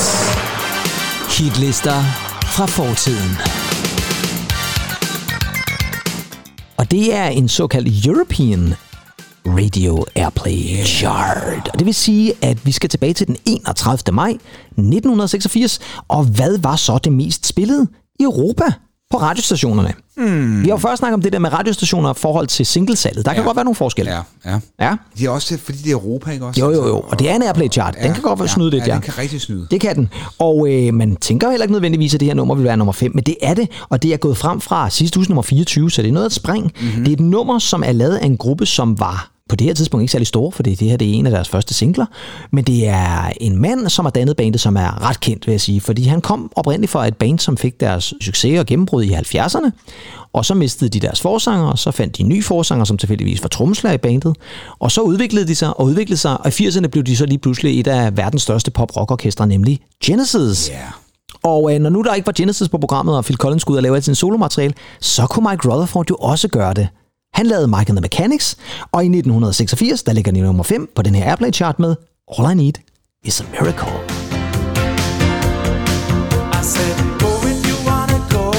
Hitlister fra fortiden. Og det er en såkaldt European Radio Airplay Chart. Og det vil sige, at vi skal tilbage til den 31. maj 1986. Og hvad var så det mest spillede i Europa på radiostationerne? Vi har jo først snakket om det der med radiostationer i forhold til singlesalget. Der kan godt være nogle forskelle. Ja. Det er også fordi det er Europa, ikke også? Jo. Og det er en Airplay Chart. Den kan godt være snyde lidt, den kan rigtig snyde. Det kan den. Og man tænker heller ikke nødvendigvis, at det her nummer vil være nummer 5, men det er det. Og det er gået frem fra sidste uge nummer 24, så det er noget at springe. Det er et nummer, som er lavet af en gruppe, som var på det her tidspunkt ikke særlig store, for det her det er en af deres første singler, men det er en mand, som har dannet bandet, som er ret kendt, vil jeg sige, fordi han kom oprindeligt fra et band, som fik deres succes og gennembrud i 70'erne, og så mistede de deres forsanger, og så fandt de en ny forsanger, som tilfældigvis var trommeslager i bandet, og så udviklede de sig, og i 80'erne blev de så lige pludselig et af verdens største pop-rock-orkestre, nemlig Genesis. Og når nu der ikke var Genesis på programmet, og Phil Collins skulle ud og lave alt sin solomateriale, så kunne Mike Rutherford jo også gøre det. Han lavede Mike and the Mechanics, og i 1986, der ligger den i nummer 5 på den her Airplay Chart med All I Need Is a Miracle. I said, go if you wanna go.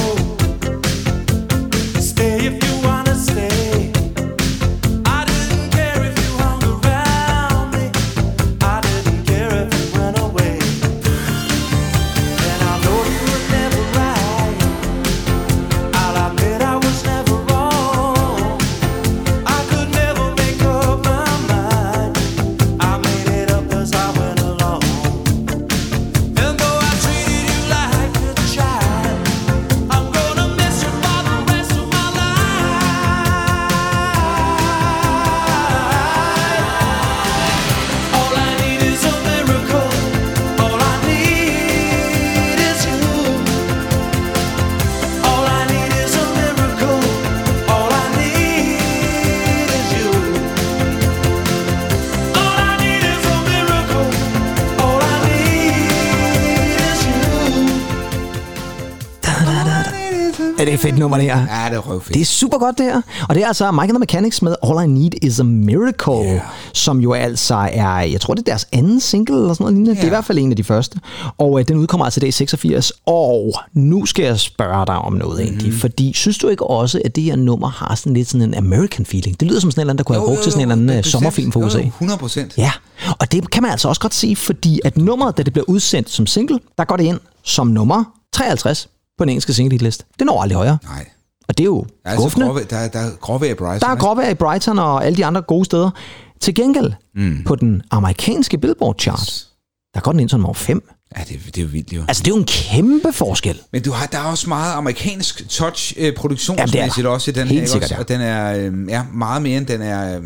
det er et fedt nummer, det her. Ja, det er røvfedt. Det er super godt, det her. Og det er altså Mike and the Mechanics med All I Need Is a Miracle, som jo altså er, jeg tror, det er deres anden single eller sådan noget lignende. Det er i hvert fald en af de første. Og den udkommer altså i dag 86. Og nu skal jeg spørge dig om noget, egentlig. Fordi synes du ikke også, at det her nummer har sådan lidt sådan en American feeling? Det lyder som sådan en eller anden, der kunne have brugt til sådan en eller anden sommerfilm for USA. 100%. Ja, og det kan man altså også godt sige, fordi at nummeret, da det bliver udsendt som single, der går det ind som nummer 53 på den engelske single-liste. Det når aldrig højere. Nej. Og det er jo skuffende. Der er gråvejr i Brighton. Der er gråvejr i Brighton og alle de andre gode steder. Til gengæld, på den amerikanske Billboard-chart, der går den ind som nummer 5. Ja, det er jo vildt, jo. Altså, det er jo en kæmpe forskel. Men der er også meget amerikansk touch-produktionsmæssigt også i den her. Helt sikkert, ja. Og den er meget mere, end den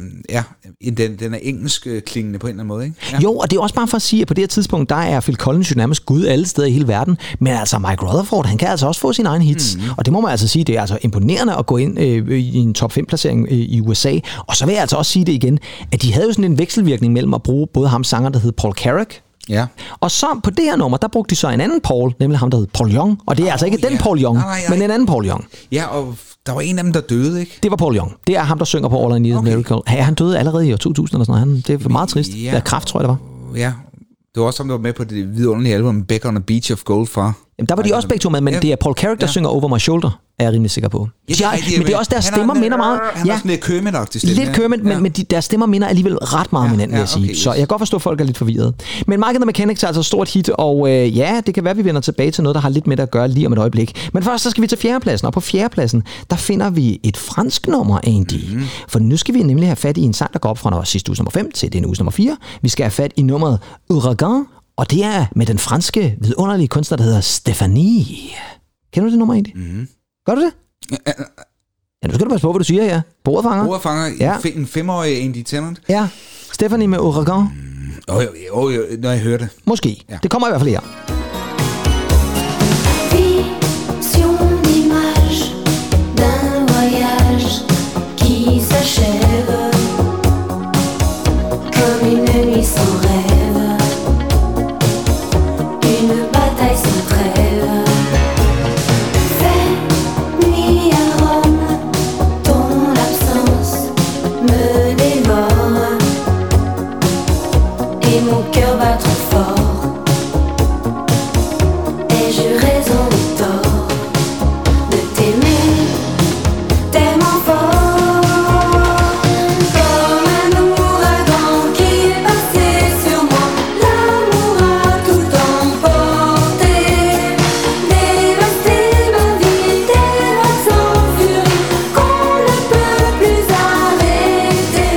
er engelsk klingende på en eller anden måde, ikke? Ja. Jo, og det er også bare for at sige, at på det her tidspunkt, der er Phil Collins jo nærmest gud alle steder i hele verden. Men altså, Mike Rutherford, han kan altså også få sine egne hits. Og det må man altså sige, det er altså imponerende at gå ind i en top 5-placering i USA. Og så vil jeg altså også sige det igen, at de havde jo sådan en vekselvirkning mellem at bruge både ham sanger, der hed Paul Carrack. Ja. Og så på det her nummer, der brugte de så en anden Paul, nemlig ham, der hed Paul Young. Og det er altså ikke den Paul Young, men en anden Paul Young. Ja, og der var en af dem, der døde, ikke? Det var Paul Young. Det er ham, der synger på All I Need Is a Miracle. Ja, han døde allerede i år 2000 eller sådan noget. Det er meget trist. Ja. Kræft, tror jeg, det var. Ja, det var også ham, der var med på det vidunderlige album Back on a Beach of Gold fra. Jamen, der var de også begge to med, men det er Paul Carrack, der synger Over My Shoulder, er jeg rimelig sikker på. Ja, men det er også deres stemmer minder meget. Han er sådan lidt Kermit-agtig stemme. Lidt Kermit, men deres stemmer minder alligevel ret meget om hinanden, vil jeg sige. Så jeg kan godt forstå, at folk er lidt forvirret. Men Mike and the Mechanics er altså et stort hit, og det kan være, at vi vender tilbage til noget, der har lidt med at gøre lige om et øjeblik. Men først så skal vi til fjerdepladsen, og på fjerdepladsen, der finder vi et fransk nummer, Andy. For nu skal vi nemlig have fat i en sang, der går op fra sidste uge nummer 5 til denne uge nummer 4. Vi skal have fat i nummeret Ouragan, og det er med den franske vidunderlige kunstner, der hedder Stéphanie. Kender du det nummer egentlig? Gør du det? Ja, nu skal du passe på, hvad du siger, ja. Bordfanger. Bordfanger, ja. En 5-årig Andy Tennant. Ja, Stéphanie med Ouragan. Når jeg hører det. Måske. Ja. Det kommer i hvert fald her. Vision d'image d'un voyage qui s'achève comme une nuit sans rêve. Une bataille sans trêve. Fait nuit à Rome, ton absence me dévore. Et mon cœur bat trop fort. Ai-je raison ou tort de t'aimer tellement fort? Comme un ouragan qui est passé sur moi, l'amour a tout emporté. Dévasté ma vie, des vagues sans furie qu'on ne peut plus arrêter.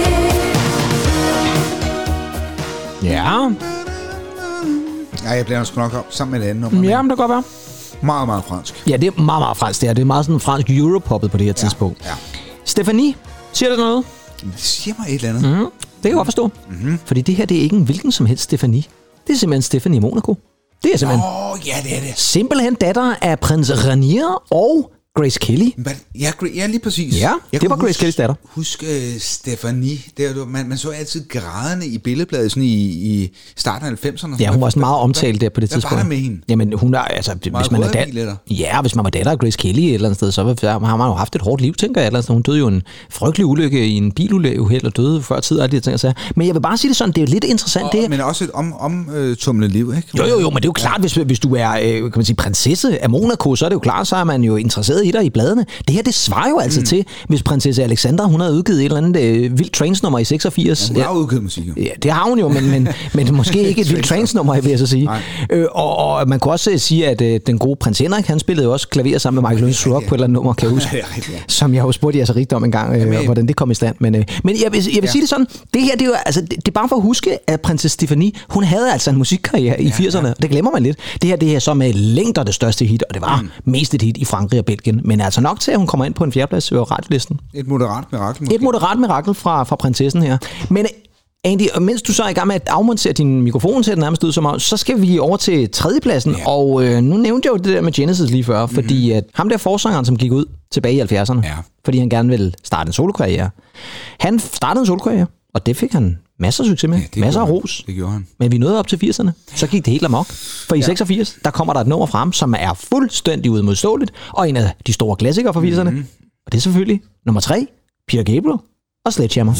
Ja. Ja, jeg bliver sgu nok op sammen med det andet nummer. Ja, men det kan godt være. Meget, meget fransk. Ja, det er meget, meget fransk. Det er meget sådan fransk europoppet på det her tidspunkt. Ja. Stéphanie, siger det noget? Det siger mig et eller andet. Det kan jeg godt forstå. Fordi det her, det er ikke en hvilken som helst Stéphanie. Det er simpelthen Stéphanie Monaco. Det er simpelthen Ja, det er det. simpelthen datter af prins Rainier og Grace Kelly. Ja, lige præcis. Ja, det var Grace Kellys datter. Husk Stéphanie. Man så altid grædende i billedbladet sådan i starten af 90'erne. Ja, hun var sådan meget omtalt der på det tidspunkt. Hvad var der med hende? Jamen, hun er, altså, hvis man var datter af Grace Kelly et eller andet sted, så har man jo haft et hårdt liv, tænker jeg. Eller hun døde jo en frygtelig ulykke i en biluheld og døde før tid, alle de her ting. Men jeg vil bare sige det sådan, det er jo lidt interessant. Men også et omtumlet liv, ikke? Jo, men det er jo klart, hvis du er kan man sige, prinsesse af Monaco, så er det jo klart, så er man jo interesseret i dig i bladene. Det her, det svarer jo altså til, hvis prinsesse Alexandra, hun havde udgivet et eller andet vildt Trains-nummer i 86. Ja, hun har udgivet musik, jo. Ja, det har hun jo, men måske ikke et vildt Trains-nummer, vil jeg så sige. Og man kunne også sige, at den gode prins Henrik, han spillede jo også klaver sammen med Michael Learns to Rock på et eller andet nummer, kan jeg huske. Som jeg jo spurgte jer så rigtigt om en gang, hvordan det kom i stand. Men jeg vil sige det sådan, det her, det er jo, altså, det er bare for at huske, at prinsesse Stéphanie, hun havde altså en musikkarriere i 80'erne, og det glemmer man lidt. Det her så med længder det største hit, og det var mest et hit i Frankrig og Belgien, men altså nok til, at hun kommer ind på en fjerdeplads på radiolisten. Et moderat mirakel måske. Et moderat mirakel fra prinsessen her. Men Andy, mens du så er i gang med at afmontere din mikrofon, ser den nærmest ud som om, så skal vi over til tredjepladsen, og nu nævnte jeg jo det der med Genesis lige før, fordi at ham der forsangeren, som gik ud tilbage i 70'erne, fordi han gerne ville starte en solokarriere. Han startede en solokarriere, og det fik han masser af succes med. Ja, masser af ros. Det gjorde han. Men vi nåede op til 80'erne. Så gik det helt amok. For i 86, der kommer der et nummer frem, som er fuldstændig udmodståeligt, og en af de store klassikere fra 80'erne. Og det er selvfølgelig nummer 3, Peter Gabriel og Sledgehammer.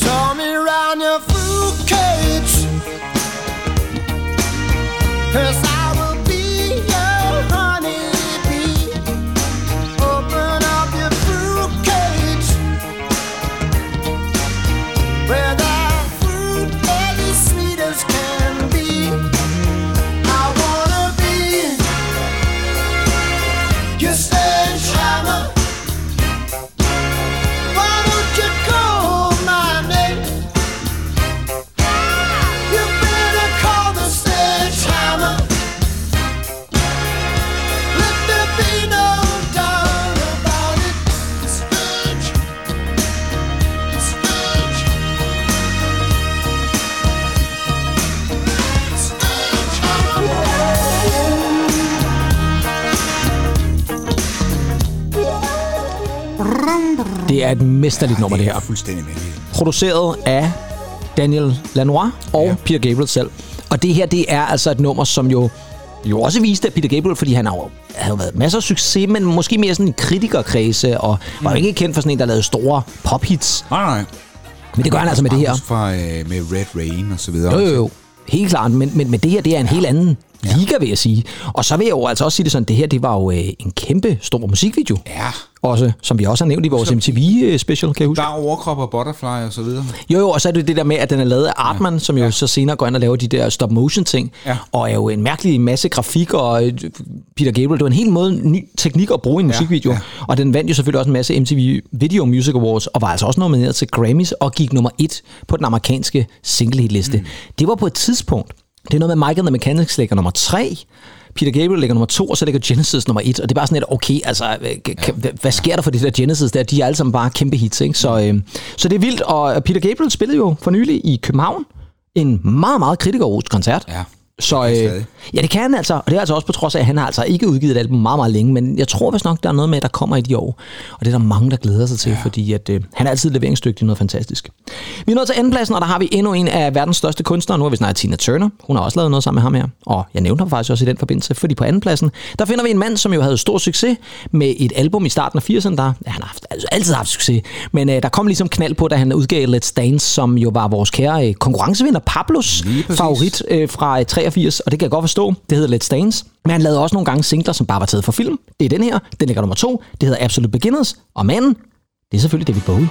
Det er et mesterligt nummer, det her. Fuldstændig vanvittigt. Produceret af Daniel Lanois og Peter Gabriel selv. Og det her, det er altså et nummer, som jo også viste af Peter Gabriel, fordi han har jo været masser af succes, men måske mere sådan i kritikerkredse, og var jo ikke kendt for sådan en, der lavede store pophits. Nej. Men det gør han altså med det her. Med Red Rain og så videre. Jo. Helt klart, men det her, det er en helt anden liga, vil jeg sige. Og så vil jeg jo altså også sige det sådan, det her, det var jo en kæmpe stor musikvideo. Ja. Også, som vi også har nævnt i vores MTV-special, kan jeg huske. Der er overkrop og butterfly og så videre. Jo, og så er det der med, at den er lavet af Artman, som jo så senere går ind og laver de der stop-motion-ting. Ja. Og er jo en mærkelig masse grafik, og Peter Gabriel, det var en helt måde ny teknik at bruge i en musikvideo. Ja. Og den vandt jo selvfølgelig også en masse MTV Video Music Awards, og var altså også nomineret til Grammys, og gik nummer 1 på den amerikanske single-hit-liste. Det var på et tidspunkt. Det er noget med Mike and the Mechanics ligger nummer 3, Peter Gabriel ligger nummer 2, og så ligger Genesis nummer 1. Og det er bare sådan et, okay, altså, hvad sker der for de der Genesis der? De er alle sammen bare kæmpe hits, ikke? Så det er vildt, og Peter Gabriel spillede jo for nylig i København en meget, meget kritikerrost koncert. Ja. Så ja, det kan han altså, og det er altså også på trods af, at han har altså ikke udgivet et album meget, meget længe, men jeg tror vist nok, der er noget med, der kommer i de år, og det er der mange, der glæder sig til, fordi at, han er altid leveringsdygtig, noget fantastisk. Vi er nået til andenpladsen, og der har vi endnu en af verdens største kunstnere, nu har vi snakket Tina Turner, hun har også lavet noget sammen med ham her, og jeg nævnte ham faktisk også i den forbindelse, fordi på andenpladsen, der finder vi en mand, som jo havde stor succes med et album i starten af 80'erne, han har altid haft succes, men der kom ligesom knald på, da han udgav Let's Dance, som jo var vores kære konkurrencevinder Pablos favorit fra 83, og det kan jeg godt forstå. Det hedder Let's Dance. Men han lavede også nogle gange singler, som bare var taget fra film. Det er den her. Den ligger nummer 2. Det hedder Absolute Beginners. Og manden, det er selvfølgelig David Bowie.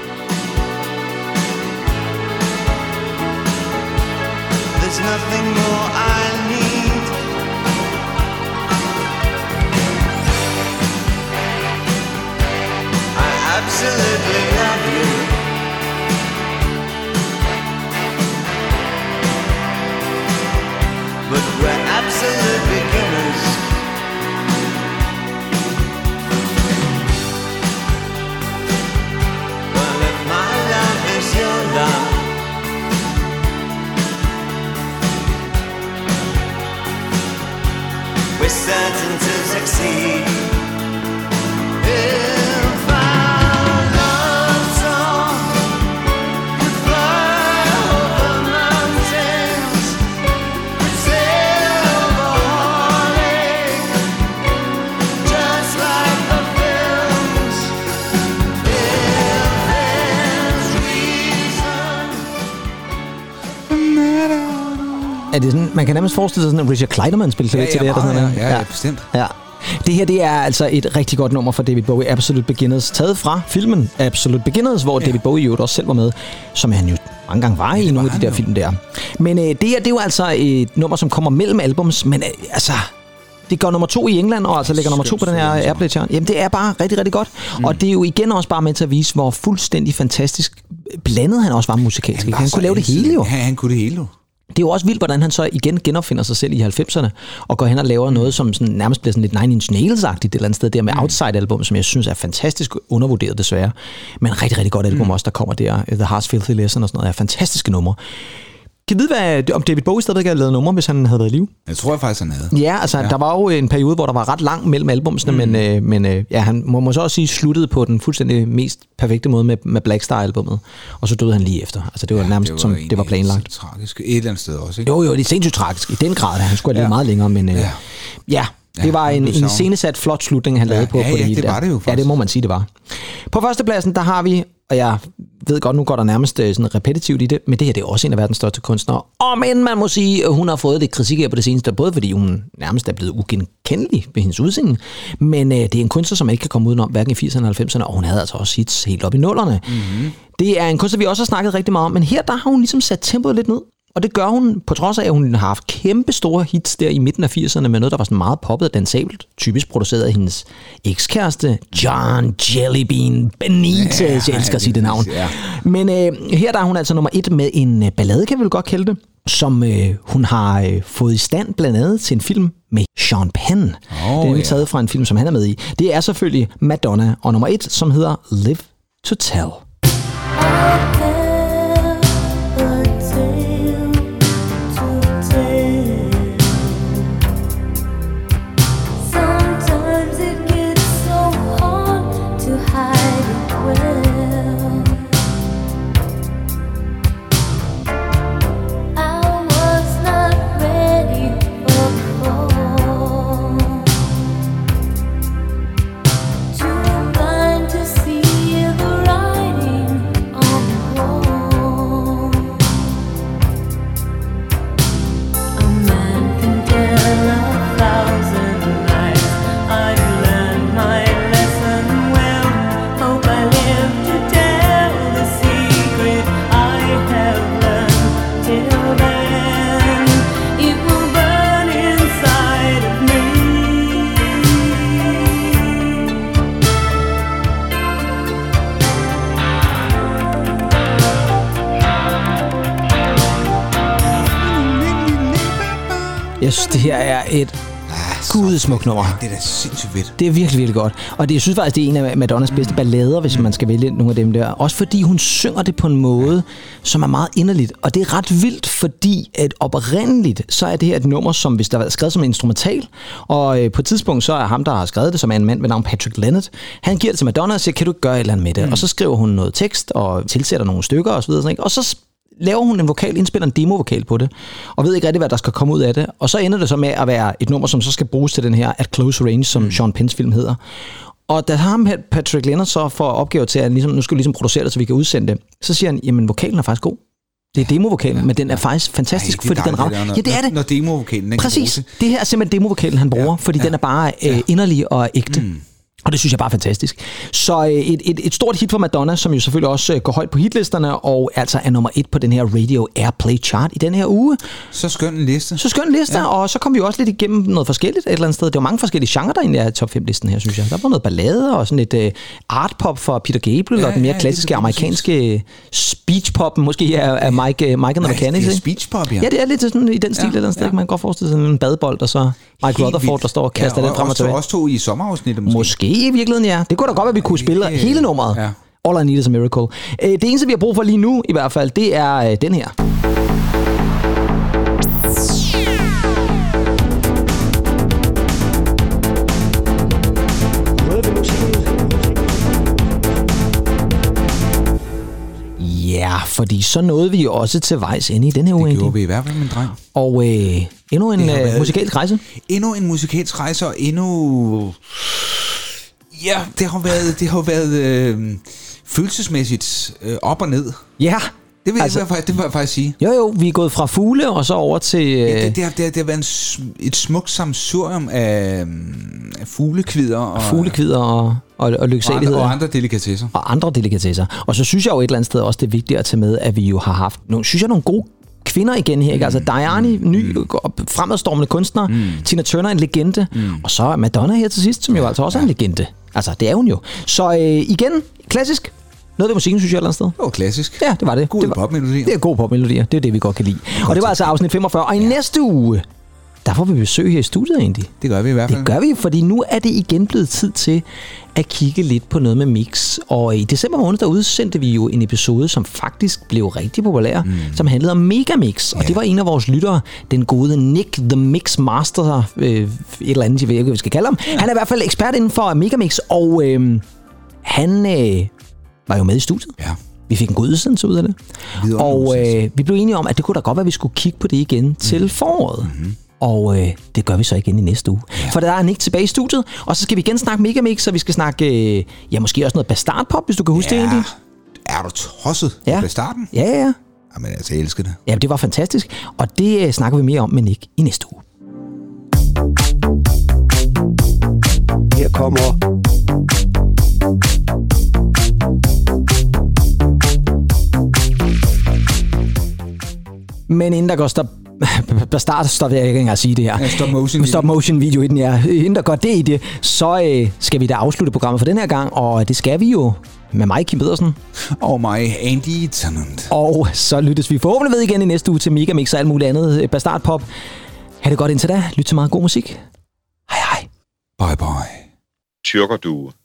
There's nothing more I need. I absolutely love you. But we're absolute beginners. Well, if my love is your love, we're certain to succeed. If our love song could fly over mountains, we'd sail over lake, just like the films. If there's reason. Er det sådan, man kan nærmest forestille sig sådan, at Richard Kleiderman spiller lidt til det her. Ja, bestemt. Ja. Det her, det er altså et rigtig godt nummer for David Bowie, Absolute Beginners, taget fra filmen Absolute Beginners, hvor David Bowie jo også selv var med, som han jo mange gange var i nogle af de der film der. Men det her, det er jo altså et nummer, som kommer mellem albums, men altså, det går nummer 2 i England, og altså ligger nummer 2 på den her Airplay-chart. Jamen, det er bare rigtig, rigtig godt. Og det er jo igen også bare med til at vise, hvor fuldstændig fantastisk blandet han også var musikalsk. Han kunne lave det hele jo. Ja, han kunne det hele jo. Det er jo også vildt, hvordan han så igen genopfinder sig selv i 90'erne, og går hen og laver noget, som sådan, nærmest bliver sådan lidt Nine Inch Nails-agtigt et eller andet sted der med Outside-album, som jeg synes er fantastisk undervurderet desværre. Men rigtig, rigtig godt album også, der kommer der. The Heart's Filthy Lesson og sådan noget, er fantastiske numre. Kan I vide, om David Bowie stadigvæk havde lavet numre, hvis han havde været i live? Jeg tror faktisk, han havde. Ja, altså der var jo en periode, hvor der var ret langt mellem albumsene, men han må så også sige sluttede på den fuldstændig mest perfekte måde med Black Star-albummet, og så døde han lige efter. Altså det var nærmest det var som det var planlagt. Tragisk. Et eller andet sted også, ikke? Jo, det er sindssygt tragisk. I den grad, han skulle have levet meget længere, men det var en iscenesat flot slutning, han lavede på det hele. Det var det jo faktisk. Ja, det må man sige, det var. På førstepladsen, der har vi, og jeg ved godt, nu går der nærmest sådan repetitivt i det, men det her det er også en af verdens største kunstnere. Men man må sige, at hun har fået lidt kritik her på det seneste, både fordi hun nærmest er blevet ugenkendelig ved hendes udseende, men det er en kunstner, som ikke kan komme udenom, hverken i 80'erne og 90'erne, og hun havde altså også hits helt op i 0'erne. Mm-hmm. Det er en kunstner, vi også har snakket rigtig meget om, men her der har hun ligesom sat tempoet lidt ned. Og det gør hun, på trods af, at hun har haft kæmpe store hits der i midten af 80'erne med noget, der var sådan meget poppet og dansabelt. Typisk produceret af hendes ekskæreste, John Jellybean Benitez. Jeg elsker at sige det navn. Ja. Men her der er hun altså nummer 1 med en ballade, kan vi vel godt kalde det, som hun har fået i stand blandt andet til en film med Sean Penn. Det er taget fra en film, som han er med i. Det er selvfølgelig Madonna, og nummer 1, som hedder Live to Tell. Jeg synes, det her er et gudesmukt nummer. Det er da sindssygt fedt. Det er virkelig, virkelig godt. Og det, jeg synes faktisk, det er en af Madonnas bedste ballader, hvis man skal vælge nogle af dem der. Også fordi hun synger det på en måde, som er meget inderligt. Og det er ret vildt, fordi at oprindeligt, så er det her et nummer, som hvis der er skrevet som instrumental. Og på et tidspunkt, så er ham, der har skrevet det, som er en mand ved navn Patrick Leonard. Han giver det til Madonna og siger, kan du ikke gøre et eller andet med det? Og så skriver hun noget tekst og tilsætter nogle stykker og så videre. Og så laver hun en vokal, indspiller en demovokal på det, og ved ikke rigtig, hvad der skal komme ud af det. Og så ender det så med at være et nummer, som så skal bruges til den her At Close Range, som Sean Penns film hedder. Og da ham Patrick Leonard så får opgave til, at nu skal vi ligesom producere det, så vi kan udsende det, så siger han, jamen vokalen er faktisk god. Det er demovokalen, men den er faktisk fantastisk, fordi den rammer. Ja, det er det. Når demovokalen, den præcis. Det her er simpelthen demovokalen, han bruger, fordi den er bare inderlig og ægte. Og det synes jeg bare er fantastisk. Så et stort hit for Madonna, som jo selvfølgelig også går højt på hitlisterne, og altså er nummer 1 på den her Radio Airplay chart i den her uge. Så skøn en liste. Ja. Og så kom vi også lidt igennem noget forskelligt et eller andet sted. Det var mange forskellige genrer, der egentlig er i top 5-listen her, synes jeg. Der var noget ballade og sådan et artpop for Peter Gabriel, og den mere klassiske amerikanske speechpop, måske af Mike and the Mechanics. Det er speechpop, ja, det er lidt sådan i den stil et eller andet sted. Man kan godt forestille sig sådan en badebold, og så Mike Rutherford, der står og kaster den frem og tilbage. Også to i sommerafsnittet måske i virkeligheden, ja. Det kunne da godt være, at vi kunne spille hele nummeret. Ja. All I Need Is A Miracle. Det eneste, vi har brug for lige nu, i hvert fald, det er den her. Ja, fordi så nåede vi jo også til vejs inde i den her uge. Det gjorde vi i hvert fald, min dreng. Og endnu en musikalsk rejse. Endnu en musikalsk rejse, og endnu... Ja, det har været følelsesmæssigt op og ned. Ja. Det vil jeg faktisk sige. Jo, vi er gået fra fugle og så over til... Det har været et smukt sammensurium af fuglekvider. Og lyksaligheder. Og andre delikatesser. Og så synes jeg jo et eller andet sted også, det er vigtigt at tage med, at vi jo har haft nogle gode kvinder igen her. Ikke? Altså Diana, ny fremadstormende kunstner. Tina Turner, en legende. Og så er Madonna her til sidst, som jo altså også er en legende. Altså, det er hun jo. Så igen, klassisk. Noget af musikken, synes jeg, et eller andet sted. Det var klassisk. Ja, det var det. Gode popmelodier. Det er gode popmelodier. Det er det, vi godt kan lide. Og det var altså afsnit 45. Og i næste uge, der får vi besøg her i studiet egentlig. Det gør vi i hvert fald. Det gør vi, fordi nu er det igen blevet tid til at kigge lidt på noget med mix. Og i december måned, der udsendte vi jo en episode, som faktisk blev rigtig populær, som handlede om Megamix. Og det var en af vores lyttere, den gode Nick, the Mix Master, et eller andet, jeg ved ikke, hvad vi skal kalde ham. Han er i hvert fald ekspert inden for Megamix, og han var jo med i studiet. Ja. Vi fik en god udsendelse ud af det. Og vi blev enige om, at det kunne da godt være, at vi skulle kigge på det igen til foråret. Mm-hmm. Og det gør vi så igen i næste uge. Ja. For der er Nick tilbage i studiet, og så skal vi igen snakke Megamix, så vi skal snakke, måske også noget bastardpop, hvis du kan huske det egentlig. Er du tosset på bastarden? Ja. Jamen altså, jeg elsker det. Ja, det var fantastisk, og det snakker vi mere om med Nick i næste uge. Her kommer men inden der går bastard, står jeg ikke engang at sige det her. Ja, stop motion video i den, ja. Inden der går det i det, så skal vi da afslutte programmet for den her gang, og det skal vi jo med mig, Kim Pedersen. Og mig, Andy Tennant. Og så lyttes vi forhåbentlig ved igen i næste uge til Megamix og alt muligt andet bastardpop. Ha' det godt indtil da. Lyt til meget god musik. Hej hej. Bye bye. Tyrker du